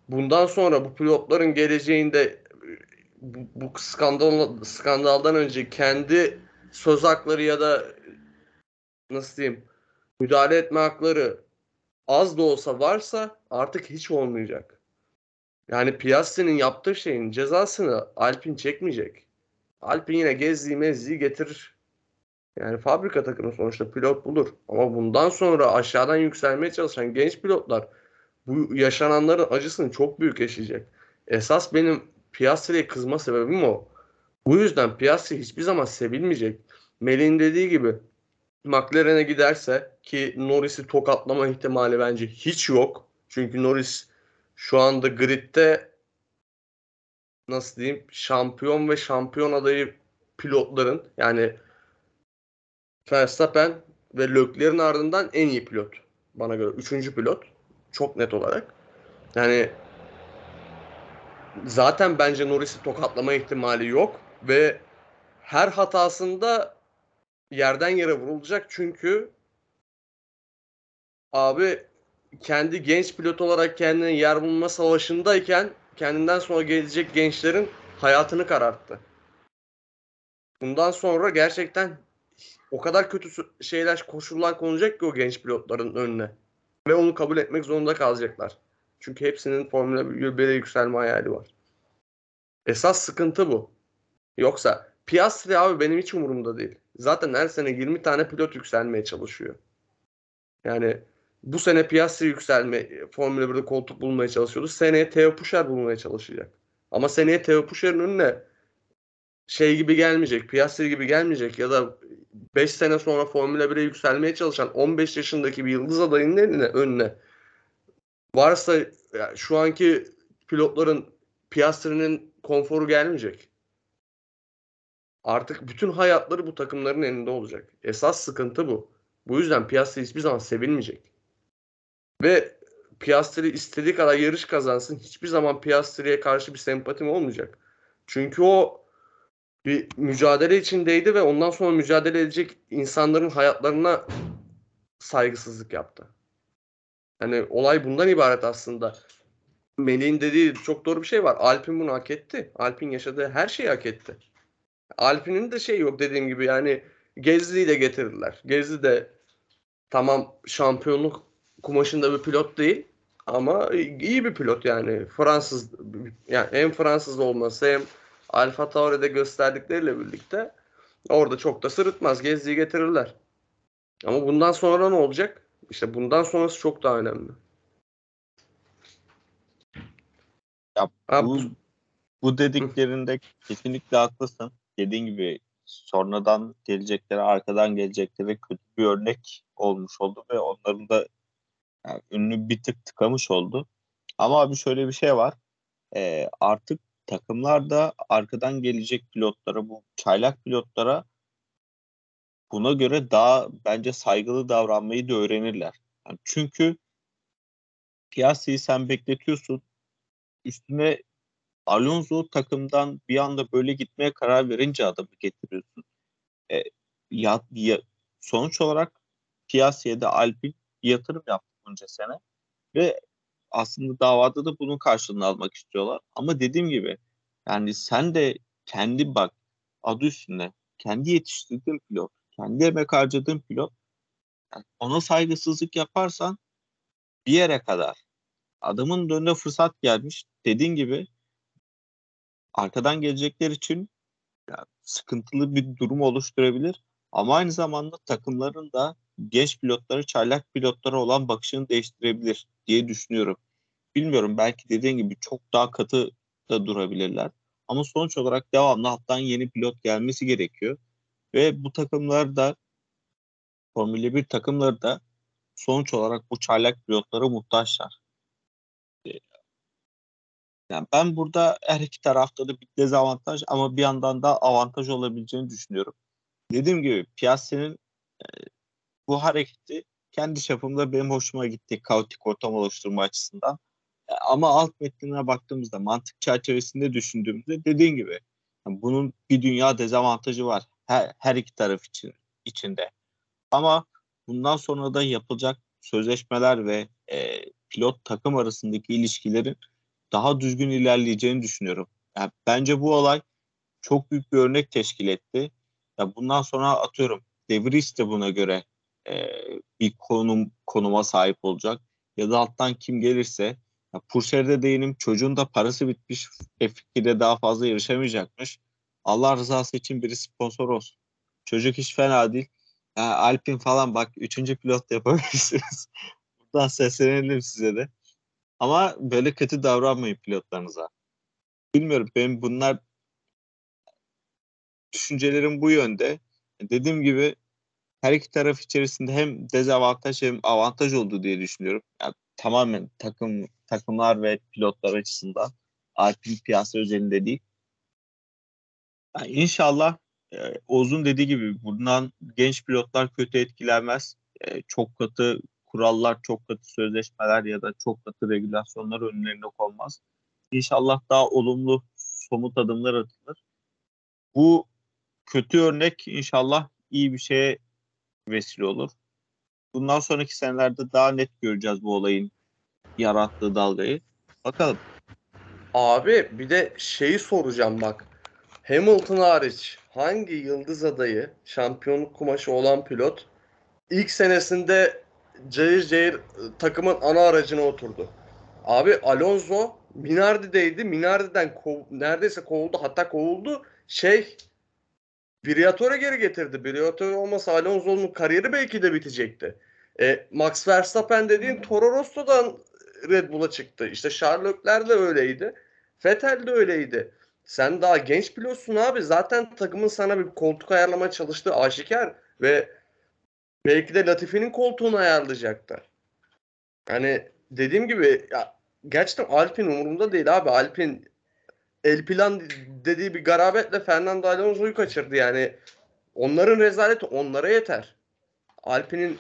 bundan sonra bu pilotların geleceğinde bu skandaldan önce kendi söz hakları ya da nasıl diyeyim müdahale etme hakları az da olsa varsa artık hiç olmayacak. Yani Piastri'nin yaptığı şeyin cezasını Alpine çekmeyecek. Alpine yine gezdiği mezdiği getirir. Yani fabrika takımı sonuçta pilot bulur. Ama bundan sonra aşağıdan yükselmeye çalışan genç pilotlar bu yaşananların acısını çok büyük yaşayacak. Esas benim Piastri'ye kızma sebebim o. Bu yüzden Piastri hiçbir zaman sevilmeyecek. Melih'in dediği gibi McLaren'e giderse ki Norris'i tokatlama ihtimali bence hiç yok. Çünkü Norris şu anda gridde nasıl diyeyim şampiyon ve şampiyon adayı pilotların yani Verstappen ve Leclerc'in ardından en iyi pilot. Bana göre. Üçüncü pilot. Çok net olarak. Yani zaten bence Norris'i tokatlama ihtimali yok. Ve her hatasında yerden yere vurulacak. Çünkü abi kendi genç pilot olarak kendini yer bulma savaşındayken kendinden sonra gelecek gençlerin hayatını kararttı. Bundan sonra gerçekten o kadar kötü şeyler, koşullar konacak ki o genç pilotların önüne. Ve onu kabul etmek zorunda kalacaklar. Çünkü hepsinin Formula 1'e yükselme hayali var. Esas sıkıntı bu. Yoksa Piastri abi benim hiç umurumda değil. Zaten her sene 20 tane pilot yükselmeye çalışıyor. Yani bu sene Piastri Formula 1'de koltuk bulmaya çalışıyordu. Seneye Theo Pusher bulmaya çalışacak. Ama seneye Theo Pusher'ın önüne şey gibi gelmeyecek, Piastri gibi gelmeyecek ya da 5 sene sonra Formula 1'e yükselmeye çalışan 15 yaşındaki bir yıldız adayının önüne varsa yani şu anki pilotların Piastri'nin konforu gelmeyecek. Artık bütün hayatları bu takımların elinde olacak. Esas sıkıntı bu. Bu yüzden Piastri hiçbir zaman sevilmeyecek. Ve Piastri istediği kadar yarış kazansın. Hiçbir zaman Piastri'ye karşı bir sempatim olmayacak. Çünkü o bir mücadele içindeydi ve ondan sonra mücadele edecek insanların hayatlarına saygısızlık yaptı. Hani olay bundan ibaret aslında. Melih'in dediği çok doğru bir şey var. Alpine bunu hak etti. Alpine yaşadığı her şeyi hak etti. Alpine'in de şey yok dediğim gibi yani Gezli'yi de getirdiler. Gezli de tamam şampiyonluk kumaşında bir pilot değil ama iyi bir pilot yani. Fransız yani hem Fransız olması hem Alfa Tauri'de gösterdikleriyle birlikte orada çok da sırıtmaz. Gezli'yi getirirler. Ama bundan sonra ne olacak? İşte bundan sonrası çok daha önemli. Ya Ha, bu dediklerinde kesinlikle haklısın. Dediğin gibi sonradan gelecekleri, arkadan gelecekleri kötü bir örnek olmuş oldu ve onların da yani önünü bir tık tıkamış oldu. Ama abi şöyle bir şey var. Artık takımlar da arkadan gelecek pilotlara, bu çaylak pilotlara buna göre daha bence saygılı davranmayı da öğrenirler. Yani çünkü Piastri'yi sen bekletiyorsun. Üstüne Alonso takımdan bir anda böyle gitmeye karar verince adamı getiriyorsun. E, ya, sonuç olarak Piastri'ye de Alpine yatırım yaptı bunca sene ve aslında davada da bunun karşılığını almak istiyorlar. Ama dediğim gibi yani sen de kendi bak adı üstünde kendi yetiştirdiğin pilot, kendi emek harcadığın pilot yani ona saygısızlık yaparsan bir yere kadar adamın önüne fırsat gelmiş. Dediğin gibi arkadan gelecekler için yani sıkıntılı bir durum oluşturabilir. Ama aynı zamanda takımların da genç pilotları, çaylak pilotlara olan bakışını değiştirebilir diye düşünüyorum. Bilmiyorum belki dediğin gibi çok daha katı da durabilirler. Ama sonuç olarak devamlı alttan yeni pilot gelmesi gerekiyor. Ve bu takımlar da Formula 1 takımları da sonuç olarak bu çaylak pilotlara muhtaçlar. Yani ben burada her iki tarafta da bir dezavantaj ama bir yandan da avantaj olabileceğini düşünüyorum. Dediğim gibi Piastri'nin bu hareketi kendi çapımda benim hoşuma gitti kaotik ortam oluşturma açısından. Ama alt metnine baktığımızda mantık çerçevesinde düşündüğümüzde dediğin gibi yani bunun bir dünya dezavantajı var her iki taraf içinde. Ama bundan sonra da yapılacak sözleşmeler ve pilot takım arasındaki ilişkilerin daha düzgün ilerleyeceğini düşünüyorum. Yani bence bu olay çok büyük bir örnek teşkil etti. Ya bundan sonra atıyorum De Vries de buna göre bir konuma sahip olacak. Ya da alttan kim gelirse ya Purser'de değilim. Çocuğun da parası bitmiş. F2'de daha fazla yarışamayacakmış. Allah rızası için biri sponsor olsun. Çocuk hiç fena değil. Ya Alpin falan bak 3. pilot da yapabilirsiniz. Buradan seslenelim size de. Ama böyle kötü davranmayın pilotlarınıza. Bilmiyorum benim bunlar düşüncelerim bu yönde. Dediğim gibi her iki taraf içerisinde hem dezavantaj hem avantaj oldu diye düşünüyorum. Yani tamamen takımlar ve pilotlar açısından Alpin piyasa özelinde değil. Yani inşallah Oğuz'un dediği gibi bundan genç pilotlar kötü etkilenmez. Çok katı kurallar, çok katı sözleşmeler ya da çok katı regülasyonlar önlerine konmaz. İnşallah daha olumlu somut adımlar atılır. Bu kötü örnek inşallah iyi bir şeye vesile olur. Bundan sonraki senelerde daha net göreceğiz bu olayın yarattığı dalgayı. Bakalım. Abi bir de şeyi soracağım bak. Hamilton hariç hangi yıldız adayı şampiyonluk kumaşı olan pilot ilk senesinde cayır cayır takımın ana aracına oturdu? Abi Alonso Minardi'deydi. Minardi'den neredeyse kovuldu. Hatta kovuldu. Briatore geri getirdi. Briatore olmasa Alonso'nun kariyeri belki de bitecekti. Max Verstappen dediğin Toro Rosso'dan Red Bull'a çıktı. İşte Charles Leclerc de öyleydi. Vettel de öyleydi. Sen daha genç pilotsun abi. Zaten takımın sana bir koltuk ayarlamaya çalıştığı aşikar ve belki de Latifi'nin koltuğunu ayarlayacaklar. Hani dediğim gibi ya, gerçekten Alpine umurumda değil abi. Alpine el plan dediği bir garabetle Fernando Alonso'yu kaçırdı yani. Onların rezaleti onlara yeter. Alpine'in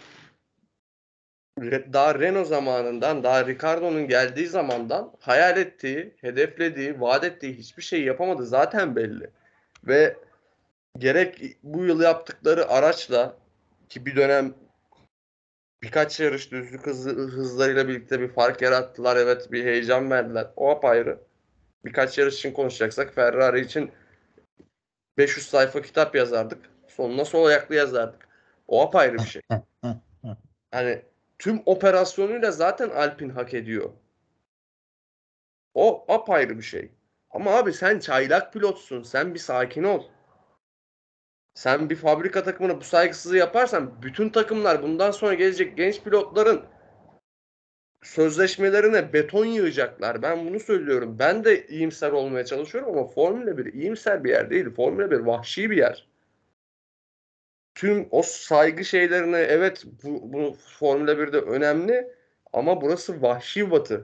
daha Renault zamanından, daha Ricardo'nun geldiği zamandan hayal ettiği, hedeflediği, vaat ettiği hiçbir şey yapamadı zaten belli. Ve gerek bu yıl yaptıkları araçla ki bir dönem birkaç yarış düzlük hızlarıyla birlikte bir fark yarattılar. Evet bir heyecan verdiler. O apayrı. Birkaç yarış için konuşacaksak Ferrari için 500 sayfa kitap yazardık. Sonuna sol ayaklı yazardık. O apayrı bir şey. Hani tüm operasyonuyla zaten Alpine hak ediyor. O apayrı bir şey. Ama abi sen çaylak pilotsun. Sen bir sakin ol. Sen bir fabrika takımına bu saygısızlığı yaparsan bütün takımlar bundan sonra gelecek genç pilotların sözleşmelerine beton yığacaklar. Ben bunu söylüyorum. Ben de iyimser olmaya çalışıyorum ama Formula 1 iyimser bir yer değil. Formula 1 vahşi bir yer. Tüm o saygı şeylerine evet bu Formula 1'de önemli ama burası vahşi batı.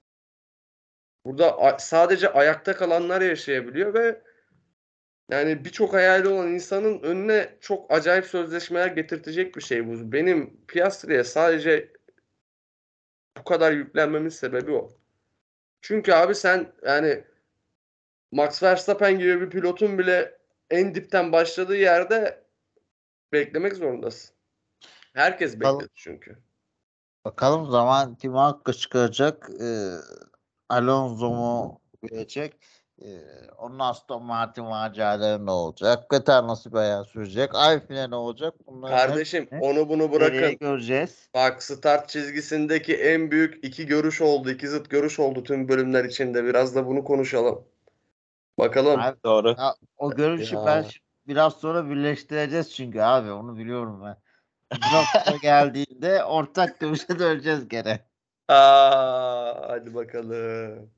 Burada sadece ayakta kalanlar yaşayabiliyor ve yani birçok hayali olan insanın önüne çok acayip sözleşmeler getirtecek bir şey bu. Benim Piastri'ye sadece bu kadar yüklenmemin sebebi o. Çünkü abi sen yani Max Verstappen gibi bir pilotun bile en dipten başladığı yerde beklemek zorundasın. Herkes Bakalım, bekledi çünkü. bakalım zaman kimi hakka çıkaracak. Alonso mu gelecek? Onun Aston Martin maceraları ne olacak? Hakikaten nasıl bir hayat sürecek? Alpine ne olacak? Bunların Kardeşim hepsini onu bunu nereye bırakın. göreceğiz? Bak start çizgisindeki en büyük iki görüş oldu. İki zıt görüş oldu tüm bölümler içinde. Biraz da bunu konuşalım. Bakalım. Abi, Doğru. o görüşü Ya. biraz sonra birleştireceğiz çünkü abi onu biliyorum ben. Bir nokta geldiğinde ortak görüşe döneceğiz gene. Hadi bakalım.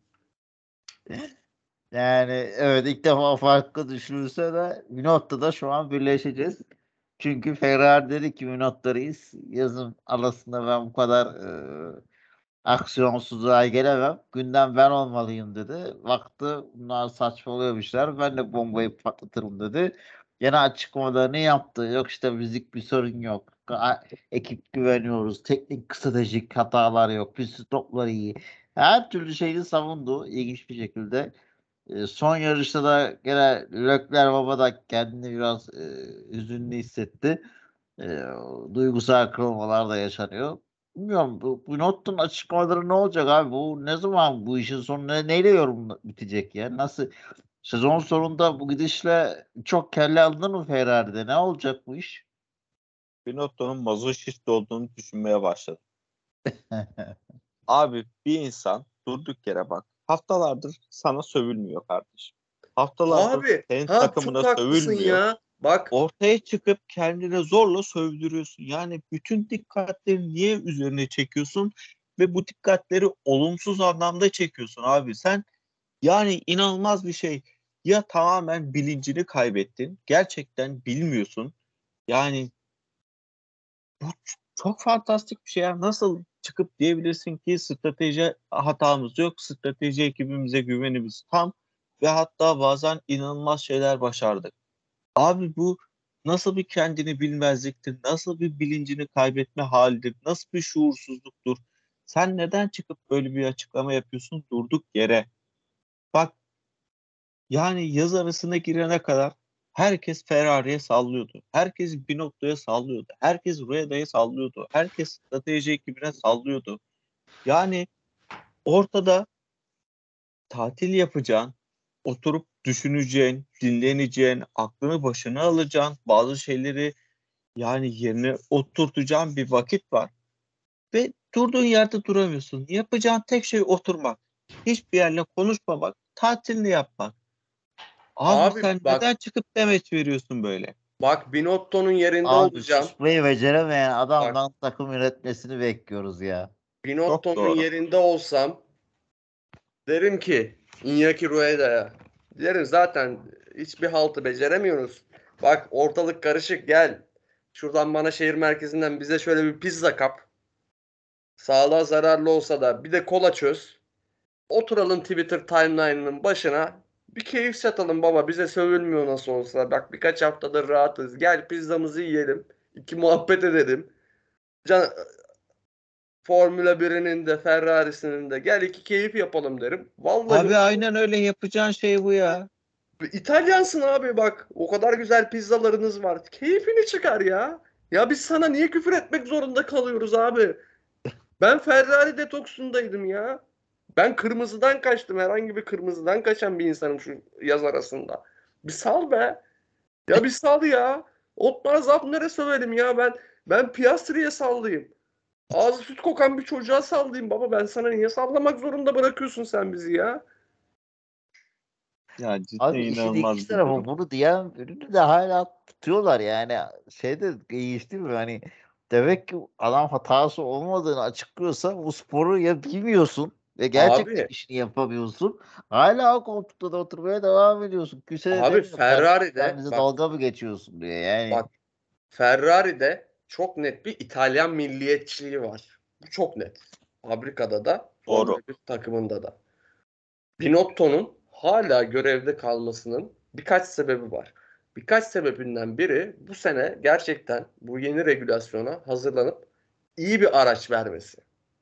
Yani evet ilk defa farklı düşünülse de bir noktada şu an birleşeceğiz. Çünkü Ferrari dedi ki minotlarıyız. Yazın arasında ben bu kadar aksiyonsuzluğa gelemem. Gündem ben olmalıyım dedi. Baktı bunlar saçmalıyormuşlar. Ben de bombayı patlatırım dedi. Gene açıklamalarını yaptı. Yok işte müzik bir sorun yok. Ekip güveniyoruz. Teknik stratejik hatalar yok. Pit stopları iyi. Her türlü şeyi savundu ilginç bir şekilde. Son yarışta da gene Leclerc baba da kendini biraz hüzünlü hissetti. E, Duygusal kırılmalar da yaşanıyor. bilmiyorum bu Binotto'nun açıklamaları ne olacak abi? Bu ne zaman bu işin sonu neyle yorum bitecek ya? Nasıl sezon sonunda bu gidişle çok kelle alınır mı Ferrari'de? Ne olacak bu iş? Binotto'nun mazoşist olduğunu düşünmeye başladım. Abi bir insan durduk yere bak. Haftalardır sana sövülmüyor kardeşim. Haftalardır Abi senin çok takımına haklısın sövülmüyor. ya. Bak Ortaya çıkıp kendine zorla sövdürüyorsun. Yani bütün dikkatleri niye üzerine çekiyorsun ve bu dikkatleri olumsuz anlamda çekiyorsun abi. Sen yani inanılmaz bir şey. Ya tamamen bilincini kaybettin. Gerçekten bilmiyorsun. Yani bu çok fantastik bir şey ya. Nasıl çıkıp diyebilirsin ki strateji hatamız yok. Strateji ekibimize güvenimiz tam ve hatta bazen inanılmaz şeyler başardık. Abi bu nasıl bir kendini bilmezliktir? Nasıl bir bilincini kaybetme halidir? Nasıl bir şuursuzluktur? Sen neden çıkıp böyle bir açıklama yapıyorsun durduk yere? Bak yani yaz arasına girene kadar herkes Ferrari'ye sallıyordu. Herkes Binotto'ya sallıyordu. Herkes Rueda'ya sallıyordu. Herkes strateji ekibine sallıyordu. Yani ortada tatil yapacaksın, oturup düşüneceksin, dinleneceksin, aklını başına alacaksın, bazı şeyleri yani yerine oturtacağın bir vakit var. Ve durduğun yerde duramıyorsun. Yapacağın tek şey oturmak. Hiçbir yerle konuşmamak, tatilini yapmak. Abi abi sen bak neden çıkıp demeç veriyorsun böyle? bak Binotto'nun yerinde Abi olacağım. susmayı beceremeyen Bak adamdan takım yönetmesini bekliyoruz ya. Çok Binotto'nun doğru. yerinde olsam derim ki Iñaki Rueda'ya. Derim zaten hiçbir haltı beceremiyoruz. Bak ortalık karışık gel. Şuradan bana şehir merkezinden bize şöyle bir pizza kap. Sağlığa zararlı olsa da bir de kola çöz. Oturalım Twitter timeline'ının başına. Bir keyif çatalım baba. Bize sövülmüyor nasıl olsa. Bak birkaç haftadır rahatız. Gel pizzamızı yiyelim. İki muhabbet edelim. Can, Formula 1'inin de Ferrari'sinin de gel iki keyif yapalım derim. Vallahi Abi aynen öyle yapacağın şey bu ya. İtalyansın abi bak. O kadar güzel pizzalarınız var. Keyfini çıkar ya. Ya biz sana niye küfür etmek zorunda kalıyoruz abi? Ben Ferrari detoksundaydım ya. Ben kırmızıdan kaçtım. Herhangi bir kırmızıdan kaçan bir insanım şu yaz arasında. Bir sal be. Ya bir sal ya. Otmar Zabner'e sövelim ya. Ben Piastri'ye sallayayım. Ağzı süt kokan bir çocuğa sallayayım baba. Ben sana niye sallamak zorunda bırakıyorsun sen bizi ya? Ya cidden Abi işin iki inanılmaz bir tarafı durum. bunu diyen ürünü de hala tutuyorlar yani şeyde ilginç değil mi? Hani demek ki adam hatası olmadığını açıklıyorsa bu sporu ya bilmiyorsun ve gerçekten Abi, işini yapamıyorsun. Hala o koltukta da oturmaya devam ediyorsun. Küse abi demiyor kardeşim sen Ferrari'de bize bak dalga mı geçiyorsun diye yani. bak Ferrari'de çok net bir İtalyan milliyetçiliği var. Bu çok net. Fabrikada da Formula Doğru. 1 takımında da. Binotto'nun hala görevde kalmasının birkaç sebebi var. Birkaç sebebinden biri bu sene gerçekten bu yeni regülasyona hazırlanıp iyi bir araç vermesi.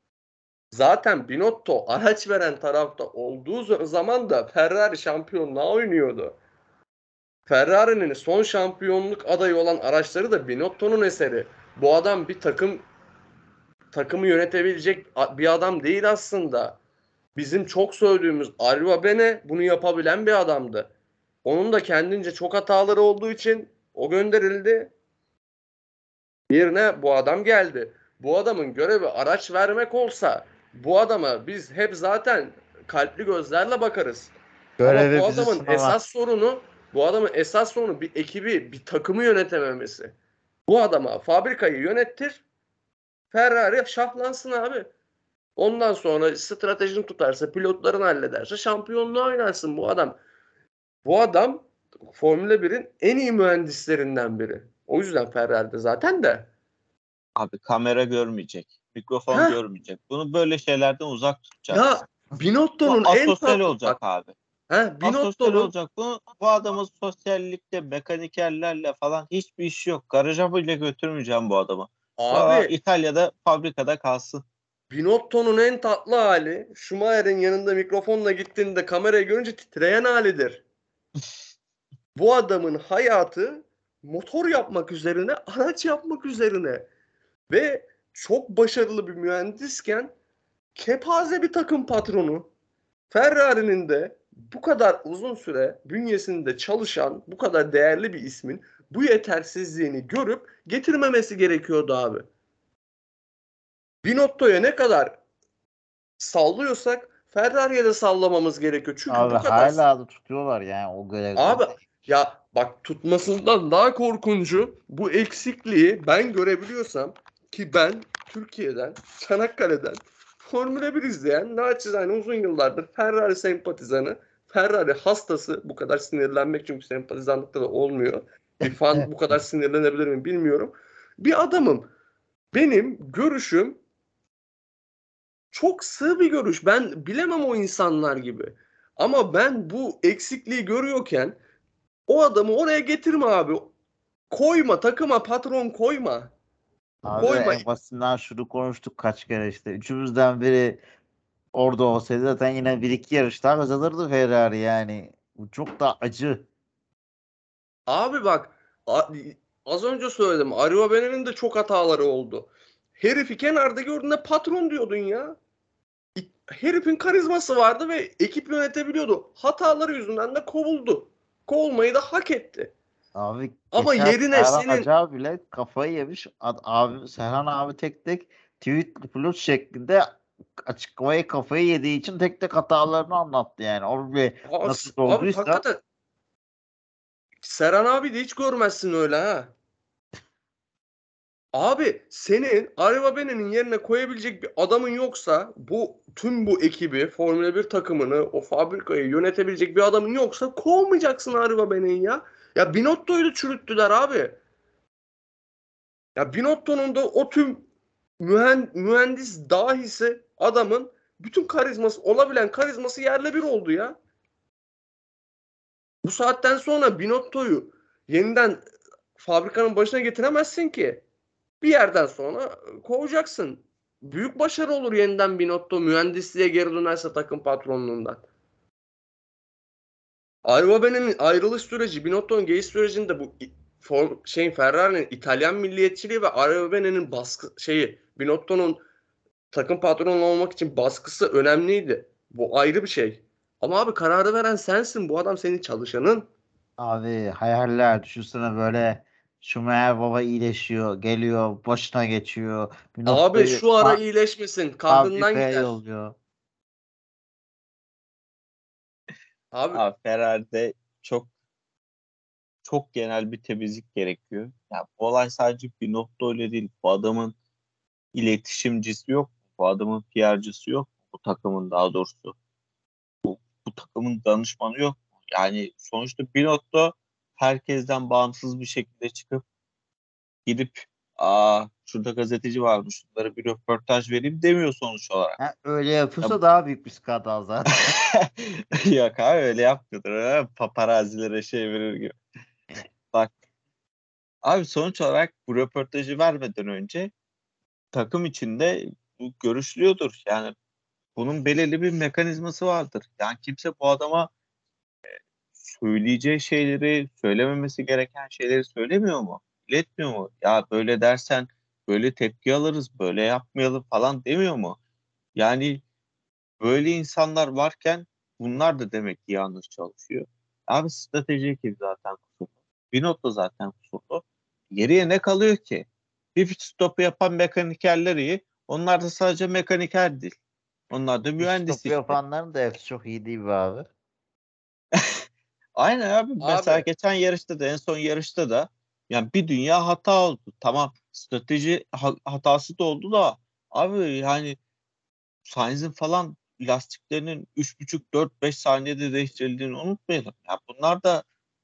Zaten Binotto araç veren tarafta olduğu zaman da Ferrari şampiyonluğa oynuyordu. Ferrari'nin son şampiyonluk adayı olan araçları da Binotto'nun eseri. Bu adam bir takımı yönetebilecek bir adam değil aslında. Bizim çok söylediğimiz Alba Bene bunu yapabilen bir adamdı. Onun da kendince çok hataları olduğu için o gönderildi. Yerine bu adam geldi. Bu adamın görevi araç vermek olsa bu adama biz hep zaten kalpli gözlerle bakarız. Ama Görevi bizi sınamak. bu adamın esas sorunu bir ekibi, bir takımı yönetememesi. Bu adama fabrikayı yönettir, Ferrari şahlansın abi. Ondan sonra stratejini tutarsa, pilotların hallederse şampiyonluğa oynarsın bu adam. Bu adam Formula 1'in en iyi mühendislerinden biri. O yüzden Ferrari'de zaten de. Abi kamera görmeyecek. Mikrofon Heh, görmeyecek. Bunu böyle şeylerden uzak tutacaksın. ya Bu Binotto'nun en asosyal tatlı olacak bak. abi. Asosyal Binotto'nun olacak. Bu adamın sosyallikte, mekanikerlerle falan hiçbir işi yok. Garaja bile götürmeyeceğim bu adamı. abi İtalya'da fabrikada kalsın. Binotto'nun en tatlı hali Schumacher'in yanında mikrofonla gittiğinde kamerayı görünce titreyen halidir. Bu adamın hayatı motor yapmak üzerine, araç yapmak üzerine. Ve çok başarılı bir mühendisken kepaze bir takım patronu. Ferrari'nin de bu kadar uzun süre bünyesinde çalışan bu kadar değerli bir ismin bu yetersizliğini görüp getirmemesi gerekiyordu abi. Binotto'ya ne kadar sallıyorsak Ferrari'ye de sallamamız gerekiyor. Çünkü Abi bu kadar hala da tutuyorlar yani o görevde. abi ya bak tutmasından daha korkuncu bu eksikliği ben görebiliyorsam ki ben Türkiye'den Çanakkale'den Formula 1 izleyen naçizane uzun yıllardır Ferrari sempatizanı Ferrari hastası bu kadar sinirlenmek çünkü sempatizanlıkta da olmuyor. Bir fan bu kadar sinirlenebilir mi bilmiyorum. Bir adamım. Benim görüşüm çok sığ bir görüş. Ben bilemem o insanlar gibi. Ama ben bu eksikliği görüyorken o adamı oraya getirme abi. Koyma takıma patron koyma. Abi Koyma. en basitinden şunu konuştuk kaç kere işte. Üçümüzden biri orada olsaydı zaten yine bir iki yarış daha kazanırdı Ferrari yani. Bu çok da acı. Abi bak a- az önce söyledim. Arriva Bene'nin de çok hataları oldu. Herifi kenarda gördüğünde patron diyordun ya. Herifin karizması vardı ve ekip yönetebiliyordu. Hataları yüzünden de kovuldu. Kovulmayı da hak etti. Abi Ama geçen yerine Serhan senin Acar bile kafayı yemiş. Abi Serhan abi tek tek tweet plus şeklinde açıklamayı kafayı yediği için tek tek hatalarını anlattı yani. O bir nasıl abi olduysa hakikaten Serhan abi de hiç görmezsin öyle ha. Abi senin Arriva Bene'nin yerine koyabilecek bir adamın yoksa tüm bu ekibi Formula 1 takımını o fabrikayı yönetebilecek bir adamın yoksa kovmayacaksın Arriva Bene'yi ya. Ya Binotto'yu da çürüttüler abi. Ya Binotto'nun da o tüm mühendis dahisi adamın bütün karizması olabilen karizması yerle bir oldu ya. Bu saatten sonra Binotto'yu yeniden fabrikanın başına getiremezsin ki. Bir yerden sonra kovacaksın. Büyük başarı olur yeniden Binotto mühendisliğe geri dönerse takım patronluğundan. Alvabe'nin ayrılış süreci, Binotto'nun geliş sürecinde Ferrari'nin İtalyan milliyetçiliği ve Alvabe'nin Binotto'nun takım patronu olmak için baskısı önemliydi. Bu ayrı bir şey. Ama abi kararı veren sensin. Bu adam senin çalışanın. abi hayaller düşünsene böyle Schumacher baba iyileşiyor, geliyor, başına geçiyor. Bir Abi noktayı şu ara iyileşmesin. Kahrından fabrikaya gider. yolluyor. Abi Abi Ferrari'de çok çok genel bir temizlik gerekiyor. Ya bu olay sadece bir nokta öyle değil. Bu adamın iletişimcisi yok. Bu adamın PR'cısı yok. Bu takımın daha doğrusu. Bu takımın danışmanı yok. Yani sonuçta bir nokta herkesten bağımsız bir şekilde çıkıp gidip şurada gazeteci varmış. Şunlara bir röportaj vereyim demiyor sonuç olarak. Ha, öyle Ya, yapıyorsa daha büyük bir skandal zaten. yok abi öyle yapmıyordur. Ha? Paparazilere şey verir gibi. Bak abi sonuç olarak bu röportajı vermeden önce takım içinde bu görüşülüyordur. Yani bunun belirli bir mekanizması vardır. Yani kimse bu adama söyleyeceği şeyleri, söylememesi gereken şeyleri söylemiyor mu? İletmiyor mu? Ya böyle dersen böyle tepki alırız, böyle yapmayalım falan demiyor mu? Yani böyle insanlar varken bunlar da demek ki yanlış çalışıyor. Abi strateji ekibi zaten kusurlu. Binotto da zaten kusurlu. Geriye ne kalıyor ki? Bir pit stopu yapan mekanikerler iyi. Onlar da sadece mekaniker değil. Onlar da Pit mühendis stopu işte. yapanların da hepsi çok iyi değil be abi. Aynen abi. Mesela abi geçen yarışta da en son yarışta da yani bir dünya hata oldu. Tamam strateji hatası da oldu da abi yani Sainz'in falan lastiklerinin 3,5-4-5 saniyede değiştirildiğini unutmayalım. Ya bunlar da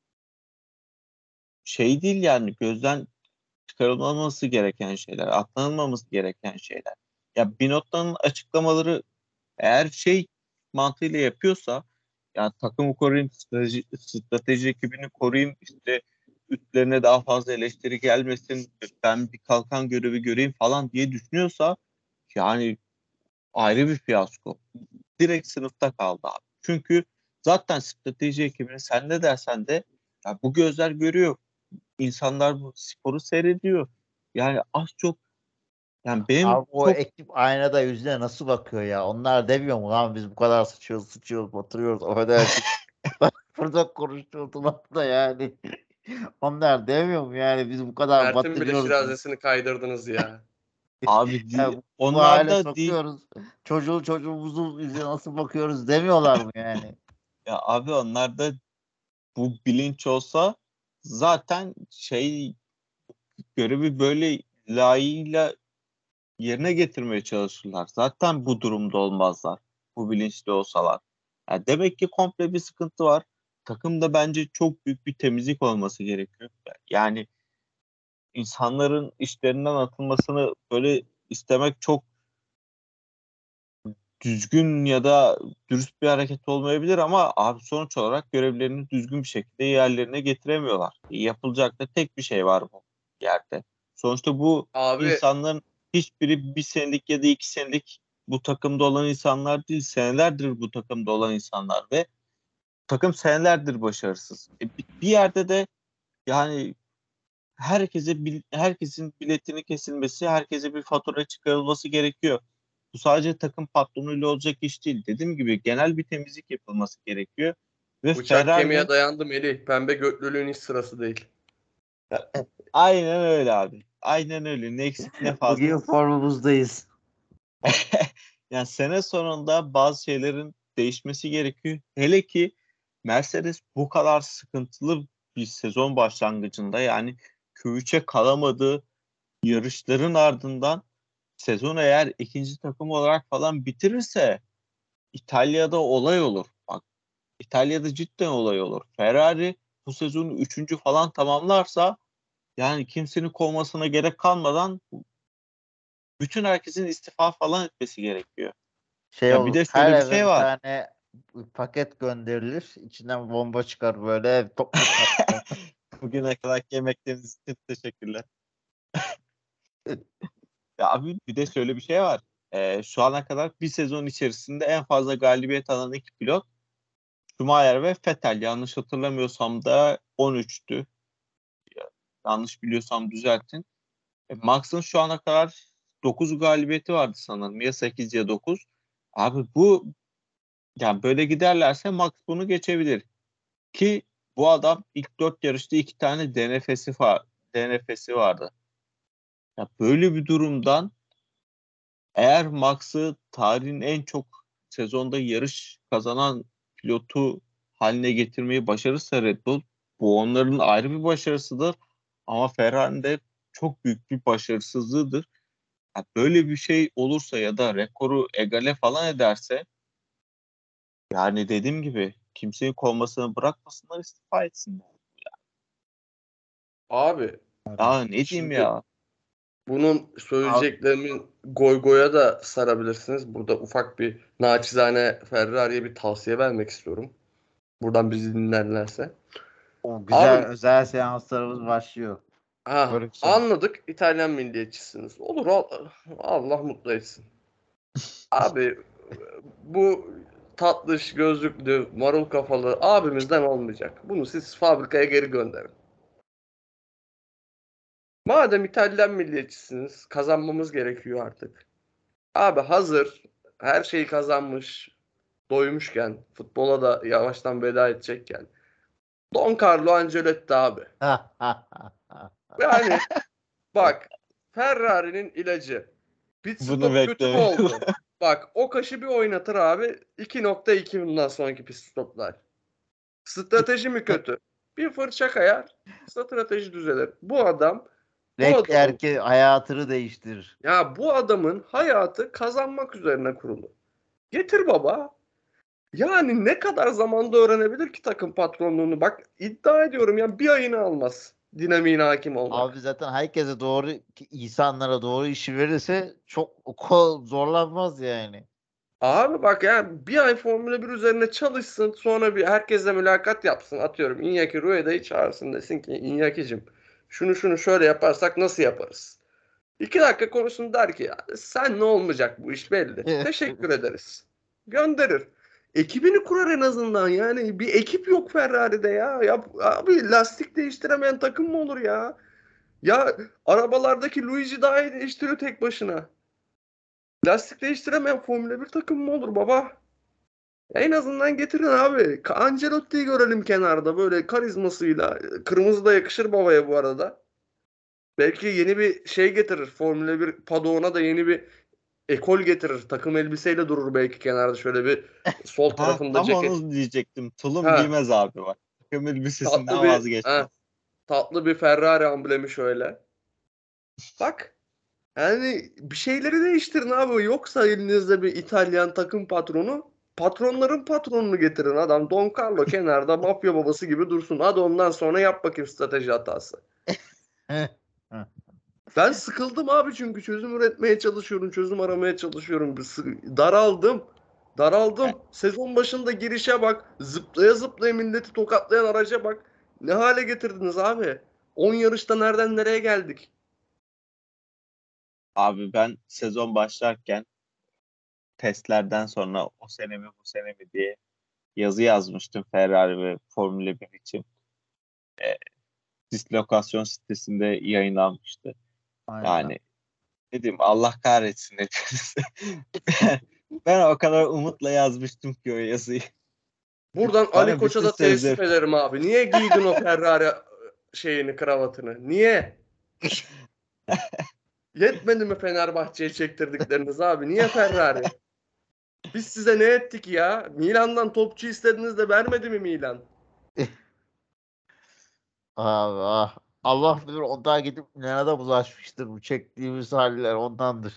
şey değil yani gözden çıkarılmaması gereken şeyler, atlanılmaması gereken şeyler. Ya Binotto'nun açıklamaları eğer şey mantığıyla yapıyorsa yani takımı koruyayım, strateji ekibini koruyayım, işte üstlerine daha fazla eleştiri gelmesin, ben bir kalkan görevi göreyim falan diye düşünüyorsa yani ayrı bir fiyasko. Direkt sınıfta kaldı abi. Çünkü zaten strateji ekibini sen ne dersen de ya bu gözler görüyor. İnsanlar bu sporu seyrediyor. Yani az çok Yani benim Abi o çok ekip aynada yüzüne nasıl bakıyor ya? Onlar demiyor mu lan biz bu kadar sıçıyoruz, batırıyoruz, affedersin. Burada konuşuyordular da yani. Onlar demiyor mu yani biz bu kadar Mert'in bile batırıyoruz. şirazesini kaydırdınız ya. abi Ya bu onlar hale da değil. sokuyoruz. Çocuğumuzun yüzüne nasıl bakıyoruz demiyorlar mı yani? Ya abi onlar da bu bilinç olsa zaten görevi böyle layığıyla yerine getirmeye çalışırlar. Zaten bu durumda olmazlar. Bu bilinçli olsalar. Ya demek ki komple bir sıkıntı var. Takımda bence çok büyük bir temizlik olması gerekiyor. Yani insanların işlerinden atılmasını böyle istemek çok düzgün ya da dürüst bir hareket olmayabilir ama abi sonuç olarak görevlerini düzgün bir şekilde yerlerine getiremiyorlar. Yapılacak da tek bir şey var bu yerde. Sonuçta bu Abi insanların hiçbiri bir senelik ya da 2 senelik bu takımda olan insanlar değil. Senelerdir bu takımda olan insanlar ve takım senelerdir başarısız. Bir yerde de yani herkesin biletini kesilmesi, herkese bir fatura çıkarılması gerekiyor. Bu sadece takım patronuyla olacak iş değil. Dediğim gibi genel bir temizlik yapılması gerekiyor. Ve bıçak kemiğe Ferrari'nin dayandı Melih. Pembe götlülüğün hiç sırası değil. aynen öyle abi. Aynen öyle. Ne eksik ne fazla. Bugün formumuzdayız. Yani sene sonunda bazı şeylerin değişmesi gerekiyor. Hele ki Mercedes bu kadar sıkıntılı bir sezon başlangıcında yani Q3'e kalamadığı yarışların ardından sezon eğer ikinci takım olarak falan bitirirse İtalya'da olay olur. Bak İtalya'da cidden olay olur. Ferrari bu sezonu üçüncü falan tamamlarsa yani kimsenin kovmasına gerek kalmadan bütün herkesin istifa falan etmesi gerekiyor. Şey Ya bir olur. de Her şöyle bir eve şey bir var. tane paket gönderilir. İçinden bomba çıkar böyle toplu patlar. Bugüne kadar yemekleriniz için teşekkürler. Ya abi bir de şöyle bir şey var. Şu ana kadar bir sezon içerisinde en fazla galibiyet alan iki pilot Schumacher ve Vettel. Yanlış hatırlamıyorsam da 13'tü. Yanlış biliyorsam düzeltin. Max'ın şu ana kadar 9 galibiyeti vardı sanırım. Ya 8 ya 9. Abi bu yani böyle giderlerse Max bunu geçebilir. Ki bu adam ilk 4 yarışta 2 tane DNF'si vardı. Ya böyle bir durumdan eğer Max'ı tarihin en çok sezonda yarış kazanan pilotu haline getirmeyi başarırsa Red Bull bu onların ayrı bir başarısıdır. Ama Ferrari'nin de çok büyük bir başarısızlığıdır. Ya böyle bir şey olursa ya da rekoru egale falan ederse yani dediğim gibi kimseyi kovmasını bırakmasınlar istifa etsinler. Abi Ya ne diyeyim şimdi ya? bunun Abi, söyleyeceklerimin goya da sarabilirsiniz. Burada ufak bir naçizane Ferrari'ye bir tavsiye vermek istiyorum. Buradan bizi dinlerlerse. o güzel Abi özel seanslarımız başlıyor. Prodüksiyon. anladık İtalyan milliyetçisiniz. Olur Allah mutlu etsin. Abi bu tatlış gözlüklü marul kafalı abimizden olmayacak. Bunu siz fabrikaya geri gönderin. Madem İtalyan milliyetçisiniz kazanmamız gerekiyor artık. Abi hazır her şeyi kazanmış doymuşken futbola da yavaştan veda edecekken Don Carlo Ancelotti abi. Yani bak Ferrari'nin ilacı. Pit Bunu stop kötü mü beklemiyorum. oldu? Bak o kaşı bir oynatır abi. 2.2 bundan sonraki pit stoplar. Strateji mi kötü? Bir fırça kayar. Strateji düzelir. Bu adamın Leclerc hayatını değiştirir. bu adamın hayatı kazanmak üzerine kurulu. Getir baba. Yani ne kadar zamanda öğrenebilir ki takım patronluğunu? Bak iddia ediyorum ya bir ayını almaz dinamiğine hakim Abi olmak. zaten herkese doğru insanlara doğru işi verirse çok zorlanmaz yani. Abi bak ya bir ay Formula 1 üzerine çalışsın sonra bir herkesle mülakat yapsın atıyorum Iñaki Rueda'yı çağırsın desin ki Iñaki'cim şunu şöyle yaparsak nasıl yaparız? 2 dakika konuşsun der ki ya, sen ne olmayacak bu iş belli. Teşekkür ederiz. Gönderir. Ekibini kurar en azından yani bir ekip yok Ferrari'de ya. Ya abi lastik değiştiremeyen takım mı olur ya? Ya arabalardaki Luigi daha iyi değiştiriyor tek başına. Lastik değiştiremeyen Formula 1 takımı mı olur baba? En azından getirin abi. Ancelotti'yi görelim kenarda böyle karizmasıyla. Kırmızı da yakışır babaya bu arada. Belki yeni bir şey getirir. Formula 1 paddoğuna da yeni bir ekol getirir. Takım elbiseyle durur belki kenarda şöyle bir sol Ha, tarafında tam ceket. onu diyecektim. Tulum Ha, giymez abi bak. Takım tatlı elbisesinden bir vazgeçmez. tatlı bir Ferrari amblemi şöyle. Bak yani bir şeyleri değiştirin abi. Yoksa elinizde bir İtalyan takım patronu, patronların patronunu getirin adam. Don Carlo kenarda mafya babası gibi dursun. Hadi ondan sonra yap bakayım strateji hatası. Ben sıkıldım abi çünkü çözüm üretmeye çalışıyorum, çözüm aramaya çalışıyorum. Daraldım. Daraldım. Sezon başında girişe bak. Zıplaya zıplaya milleti tokatlayan araca bak. Ne hale getirdiniz abi? 10 yarışta nereden nereye geldik? Abi ben sezon başlarken testlerden sonra o sene mi bu sene mi diye yazı yazmıştım Ferrari ve Formula 1 için. E, dislokasyon sitesinde yayınlanmıştı. Aynen. Yani ne diyeyim, Allah kahretsin hepinizi. Ben o kadar umutla yazmıştım ki o yazıyı. Buradan Ali Bana Koç'a bütün da teessüf sözler ederim abi. Niye giydin o Ferrari şeyini, kravatını? Niye? Yetmedi mi Fenerbahçe'ye çektirdikleriniz abi? Niye Ferrari? Biz size ne ettik ya? Milan'dan topçu istediniz de vermedi mi Milan? Abi, ah. Allah bilir ondan gidip Milan'a bulaşmıştır. Bu çektiğimiz haller ondandır.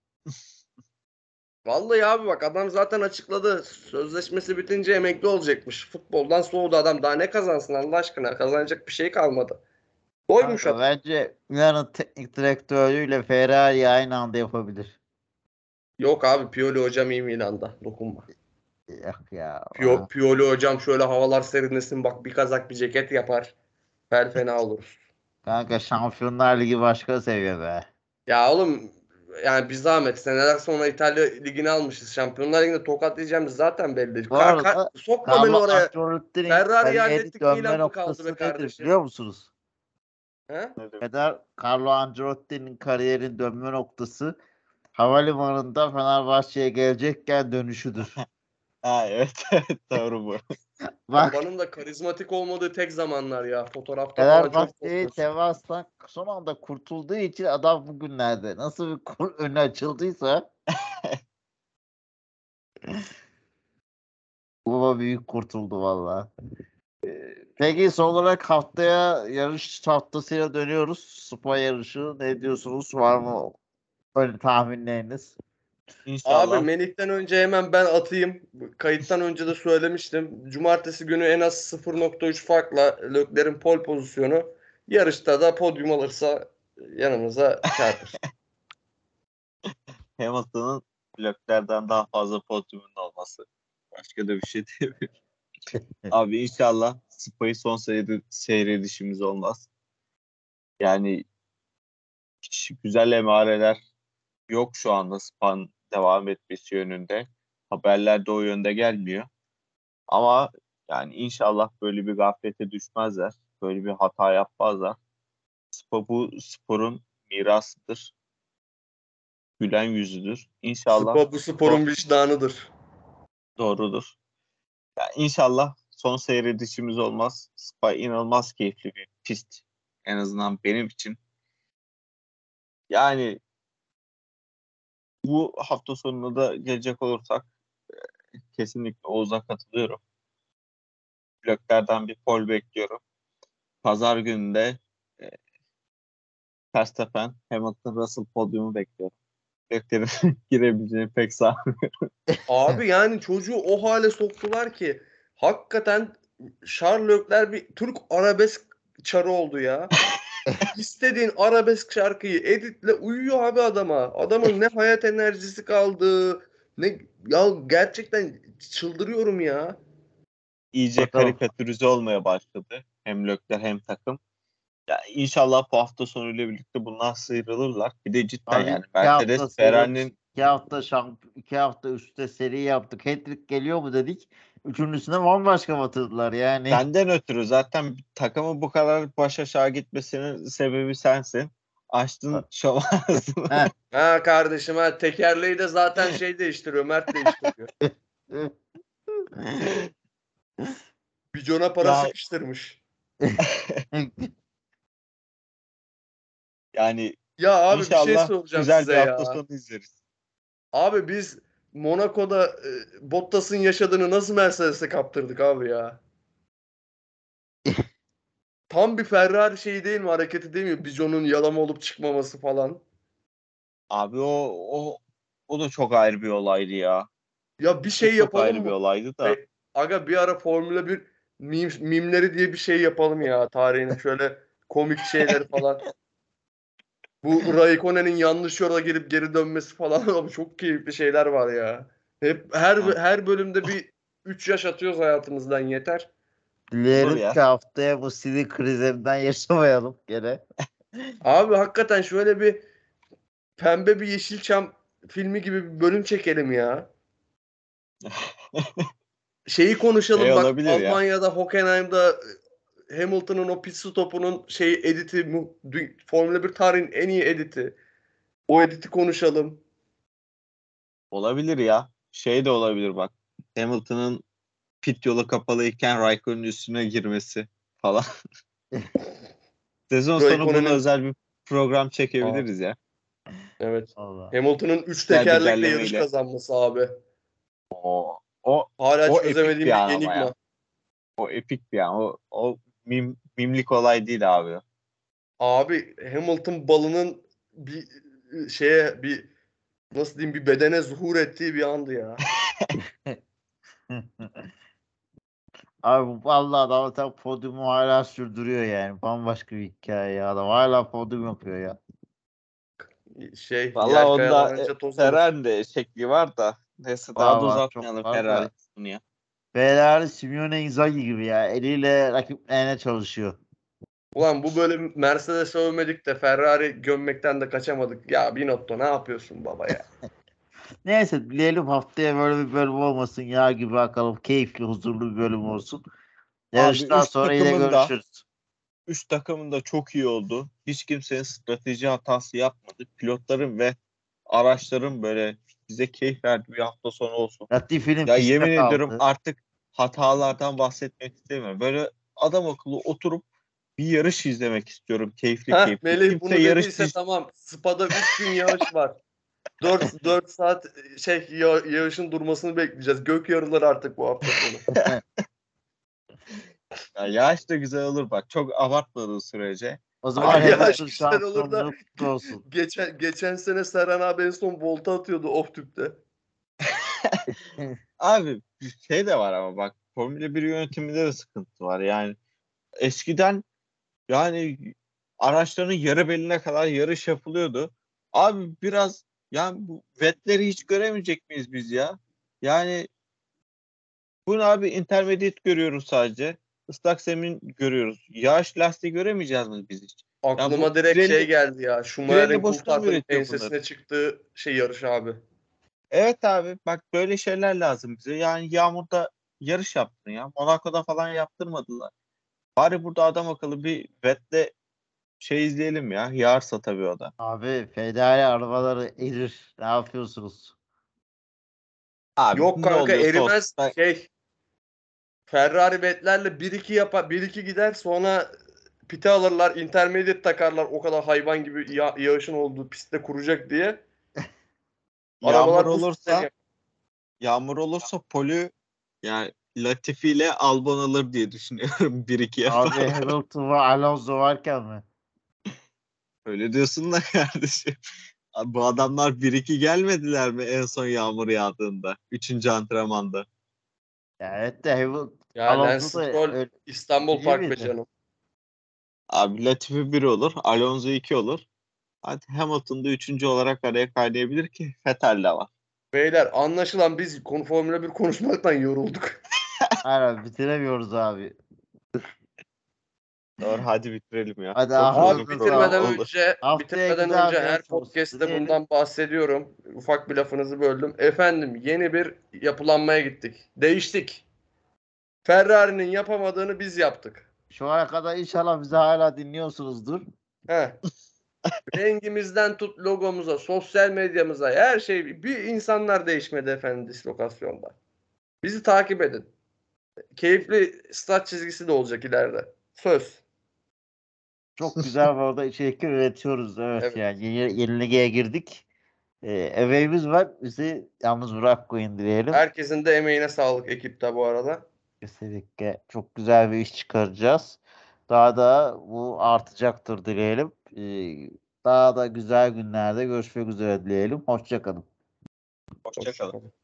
Vallahi abi bak adam zaten açıkladı. Sözleşmesi bitince emekli olacakmış. Futboldan soğudu adam. Daha ne kazansın Allah aşkına? Kazanacak bir şey kalmadı. Doymuş Kanka adam. bence Milan'ın teknik direktörlüğüyle Ferrari aynı anda yapabilir. Yok abi Pioli hocam iyi Milan'da. Dokunma. Yok ya. Ah. Pioli hocam şöyle havalar serinlesin bak bir kazak bir ceket yapar. Fel fena oluruz. Kanka Şampiyonlar Ligi başka seviye be. Ya oğlum yani bir zahmet seneler sonra İtalya Ligi'ni almışız. Şampiyonlar Ligi'nde tokatlayacağımız zaten belli. Bu arada Sokma beni Carlo oraya. Ancelotti'nin Ferrari'yi kariyeri hallettik dönme Milan mı kaldı be noktası nedir kardeşim? biliyor musunuz? He? Carlo Ancelotti'nin kariyerin dönme noktası havalimanında Fenerbahçe'ye gelecekken dönüşüdür. Ha, evet, evet, doğru bu. Bak Babanın da karizmatik olmadığı tek zamanlar ya. Fotoğrafta falan çok Fenerbahçe'yi korkuyorsun. temastan son anda kurtulduğu için adam bugünlerde nasıl bir önü açıldıysa baba büyük kurtuldu valla. Peki son olarak haftaya yarış haftasıyla dönüyoruz. Spa yarışı ne diyorsunuz? Var mı öyle tahminleriniz? Abi İnşallah. Melih'ten önce hemen ben atayım. Kayıttan önce de söylemiştim. Cumartesi günü en az 0.3 farkla Leclerc'in pole pozisyonu. Yarışta da podyum alırsa yanımıza çarpır. Hamilton'ın bloklardan daha fazla podyumun olması. Başka da bir şey diyemiyorum. Abi inşallah Spa'yı son seyredişimiz olmaz. Yani hiç güzel emareler yok şu anda Spa'nın devam etmesi yönünde. Haberler de o yönde gelmiyor. Ama yani inşallah böyle bir gaflete düşmezler. Böyle bir hata yapmazlar. Spa bu sporun mirasıdır. Gülen yüzüdür. İnşallah Spa bu sporun vicdanıdır. doğrudur. Yani İnşallah son seyredişimiz olmaz. Spa inanılmaz keyifli bir pist. En azından benim için. Yani bu hafta sonuna da gelecek olursak kesinlikle Oğuz'a katılıyorum. Bloklerden bir pol bekliyorum. Pazar günü de e, Verstappen, Hamilton, Russell podyumu bekliyorum. Bloklerin girebileceğini pek sanmıyorum. Abi yani çocuğu o hale soktular ki hakikaten Charles Leclerc bir Türk arabesk çarı oldu ya. İstediğin arabesk şarkıyı editle uyuyor abi adama. Adamın ne hayat enerjisi kaldı. Ne ya gerçekten çıldırıyorum ya. İyice Bakalım. karikatürize olmaya başladı. Hem Leclerc hem takım. Ya inşallah bu hafta sonuyla birlikte bundan sıyrılırlar. Bir de cidden Abi yani iki hafta Mercedes, seri, Ferrari'nin 2 hafta 2 hafta üstte seri yaptık. Hat-trick geliyor mu dedik. üçüncüsüne bambaşka batırdılar yani. Senden ötürü zaten takımı bu kadar baş aşağı gitmesinin sebebi sensin. Açtın şov ağzını. Heh. Ha kardeşim, ha tekerleği de zaten şey değiştiriyor. Mert değiştiriyor. Bidona para Ya- sıkıştırmış. Yani Ya abi bir şey inşallah soracağım güzel size bir hafta ya. sonu izleriz. Abi biz Monaco'da Bottas'ın yaşadığını nasıl Mercedes'e kaptırdık abi ya? Tam bir Ferrari şeyi değil mi? Hareketi değil mi? Bijon'un yalama olup çıkmaması falan. Abi o da çok ayrı bir olaydı ya. Ya bir O şey çok yapalım ayrı bir mı? olaydı da. Aga bir ara Formula 1 mimleri diye bir şey yapalım ya tarihine. Şöyle komik şeyler falan. Bu Raikkonen'in yanlış yola girip geri dönmesi falan abi çok keyifli şeyler var ya. Hep Ha, her bölümde bir 3 yaş atıyoruz hayatımızdan yeter. olur Dilerim ya. ki haftaya bu sinir krizimden yaşamayalım gene. Abi hakikaten şöyle bir pembe bir Yeşilçam filmi gibi bir bölüm çekelim ya. Şeyi konuşalım bak, Olabilir ya. Almanya'da Hockenheim'da Hamilton'ın o pit stopunun şey editi Formula 1 tarihin en iyi editi. O editi konuşalım. Olabilir ya. Şey de olabilir bak. Hamilton'ın pit yolu kapalıyken Raikkonen'in üstüne girmesi falan. Sezon sonu buna Raikkonen'in özel bir program Aa, çekebiliriz ya. evet. Allah. Hamilton'ın 3 Güzel bir tekerlekle yarış derlemeyle. kazanması abi. O, o, Hala o epik çözemediğim bir bir an ama ya. enigma. O epik bir an. O mimlik olay değil abi. Abi Hamilton balının bir bir nasıl diyeyim bir bedene zuhur ettiği bir andı ya. Abi vallahi adam tam podyumu hala sürdürüyor yani. Bambaşka bir hikaye ya. Adam hala podyum yapıyor ya. Valla Yer onda kayalanınca toz olur. Ferrari de şekli var da. Neyse daha da Var çok uzatmayalım var Ferrari da. kısmını ya. Ferrari Simeone Inzaghi gibi ya. Eliyle rakiplerine çalışıyor. Ulan bu bölüm Mercedes övmedik de Ferrari gömmekten de kaçamadık. Ya Binotto ne yapıyorsun baba ya? Neyse dileyelim haftaya böyle bir bölüm olmasın ya gibi bakalım. Keyifli, huzurlu bir bölüm olsun. Abi Yarıştan sonra yine görüşürüz. üç takımın da çok iyi oldu. Hiç kimsenin strateji hatası yapmadı. Pilotların ve araçların böyle bize keyif verdiği bir hafta sonu olsun. Latifi'nin Ya yemin piste ediyorum kaldı. artık hatalardan bahsetmek istemiyorum. Böyle adam akıllı oturup bir yarış izlemek istiyorum. Keyifli Heh, keyifli. Melih Kimse bunu yarış dediyse tamam. Spa'da 3 gün yağış var. 4 saat yağışın durmasını bekleyeceğiz. Gök yarılır artık bu hafta sonu. ya yağış da güzel olur bak. Çok abartmadığı sürece. O zaman Aga yağış Hamilton güzel olur da şampiyonluğu kutlu olsun. geçen sene Serhan abi en son volta atıyordu off tüpte. Abi bir şey de var ama bak Formula 1 yönetiminde de sıkıntı var. Yani eskiden yani araçların yarı beline kadar yarış yapılıyordu. Abi biraz yani bu vetleri hiç göremeyecek miyiz biz ya? Yani bunu abi intermediate görüyoruz sadece. Islak zemin görüyoruz. Yağış lastiği göremeyeceğiz mi biz hiç? Ya bu Aklıma direkt şey geldi ya. Pirelli Schumacher'in boşuna mı Coulthard'ın üretiyor bunları? ensesine çıktığı yarış abi. Evet abi bak böyle şeyler lazım bize. Yani yağmurda yarış yaptın ya. Monaco'da falan yaptırmadılar. Bari burada adam akıllı bir vetle şey izleyelim ya. Yağarsa tabii o da. Abi Ferrari arabaları erir. Ne yapıyorsunuz? Abi Yok ne kanka oluyorsa olsun. erimez Ferrari Vettel'le 1-2 yapar 1-2 gider sonra pite alırlar intermediate takarlar o kadar hayvan gibi yağışın olduğu pistte kuracak diye. Yağmur Arabalar buz pistleri olursa yağmur olursa Poli yani Latifi ile Albon alır diye düşünüyorum. 1-2 Abi yapar. Hamilton ve Alonso varken mi? Öyle diyorsun da kardeşim. Abi bu adamlar 1-2 gelmediler mi en son yağmur yağdığında? Üçüncü antrenmanda. Ya evet de ya Lance Alonso da Stroll öyle İstanbul değil Park be miydi? canım. Abi Latifi 1 olur. Alonso 2 olur. Hadi Hamilton da 3. olarak araya kaynayabilir ki Vettel de var. Beyler anlaşılan biz Formula 1 konuşmaktan yorulduk. Aynen bitiremiyoruz abi. Doğru hadi bitirelim ya. Hadi Çok uzun Abi ağzınıza program sağlık. oldu. Haftaya bitirmeden güzel önce bir her yarış olsun podcast'te diyelim. bundan bahsediyorum. Ufak bir lafınızı böldüm. Efendim yeni bir yapılanmaya gittik. Değiştik. Ferrari'nin yapamadığını biz yaptık. Şu ana kadar inşallah bizi hala dinliyorsunuzdur. Heh. Rengimizden tut logomuza, sosyal medyamıza, her şey. Bir insanlar değişmedi efendim dislokasyonda. Bizi takip edin. Keyifli stat çizgisi de olacak ileride. Söz. Çok güzel bu arada içerikler üretiyoruz. Evet, Evet. yani yeni lige girdik. Emeğimiz var. Bizi yalnız bırakmayın diyelim. Herkesin de emeğine sağlık ekipte bu arada. Kesinlikle çok güzel bir iş çıkaracağız. Daha da bu artacaktır dileyelim. Daha da güzel günlerde görüşmek üzere dileyelim. Hoşça kalın. Hoşça kalın. Hoşçakalın.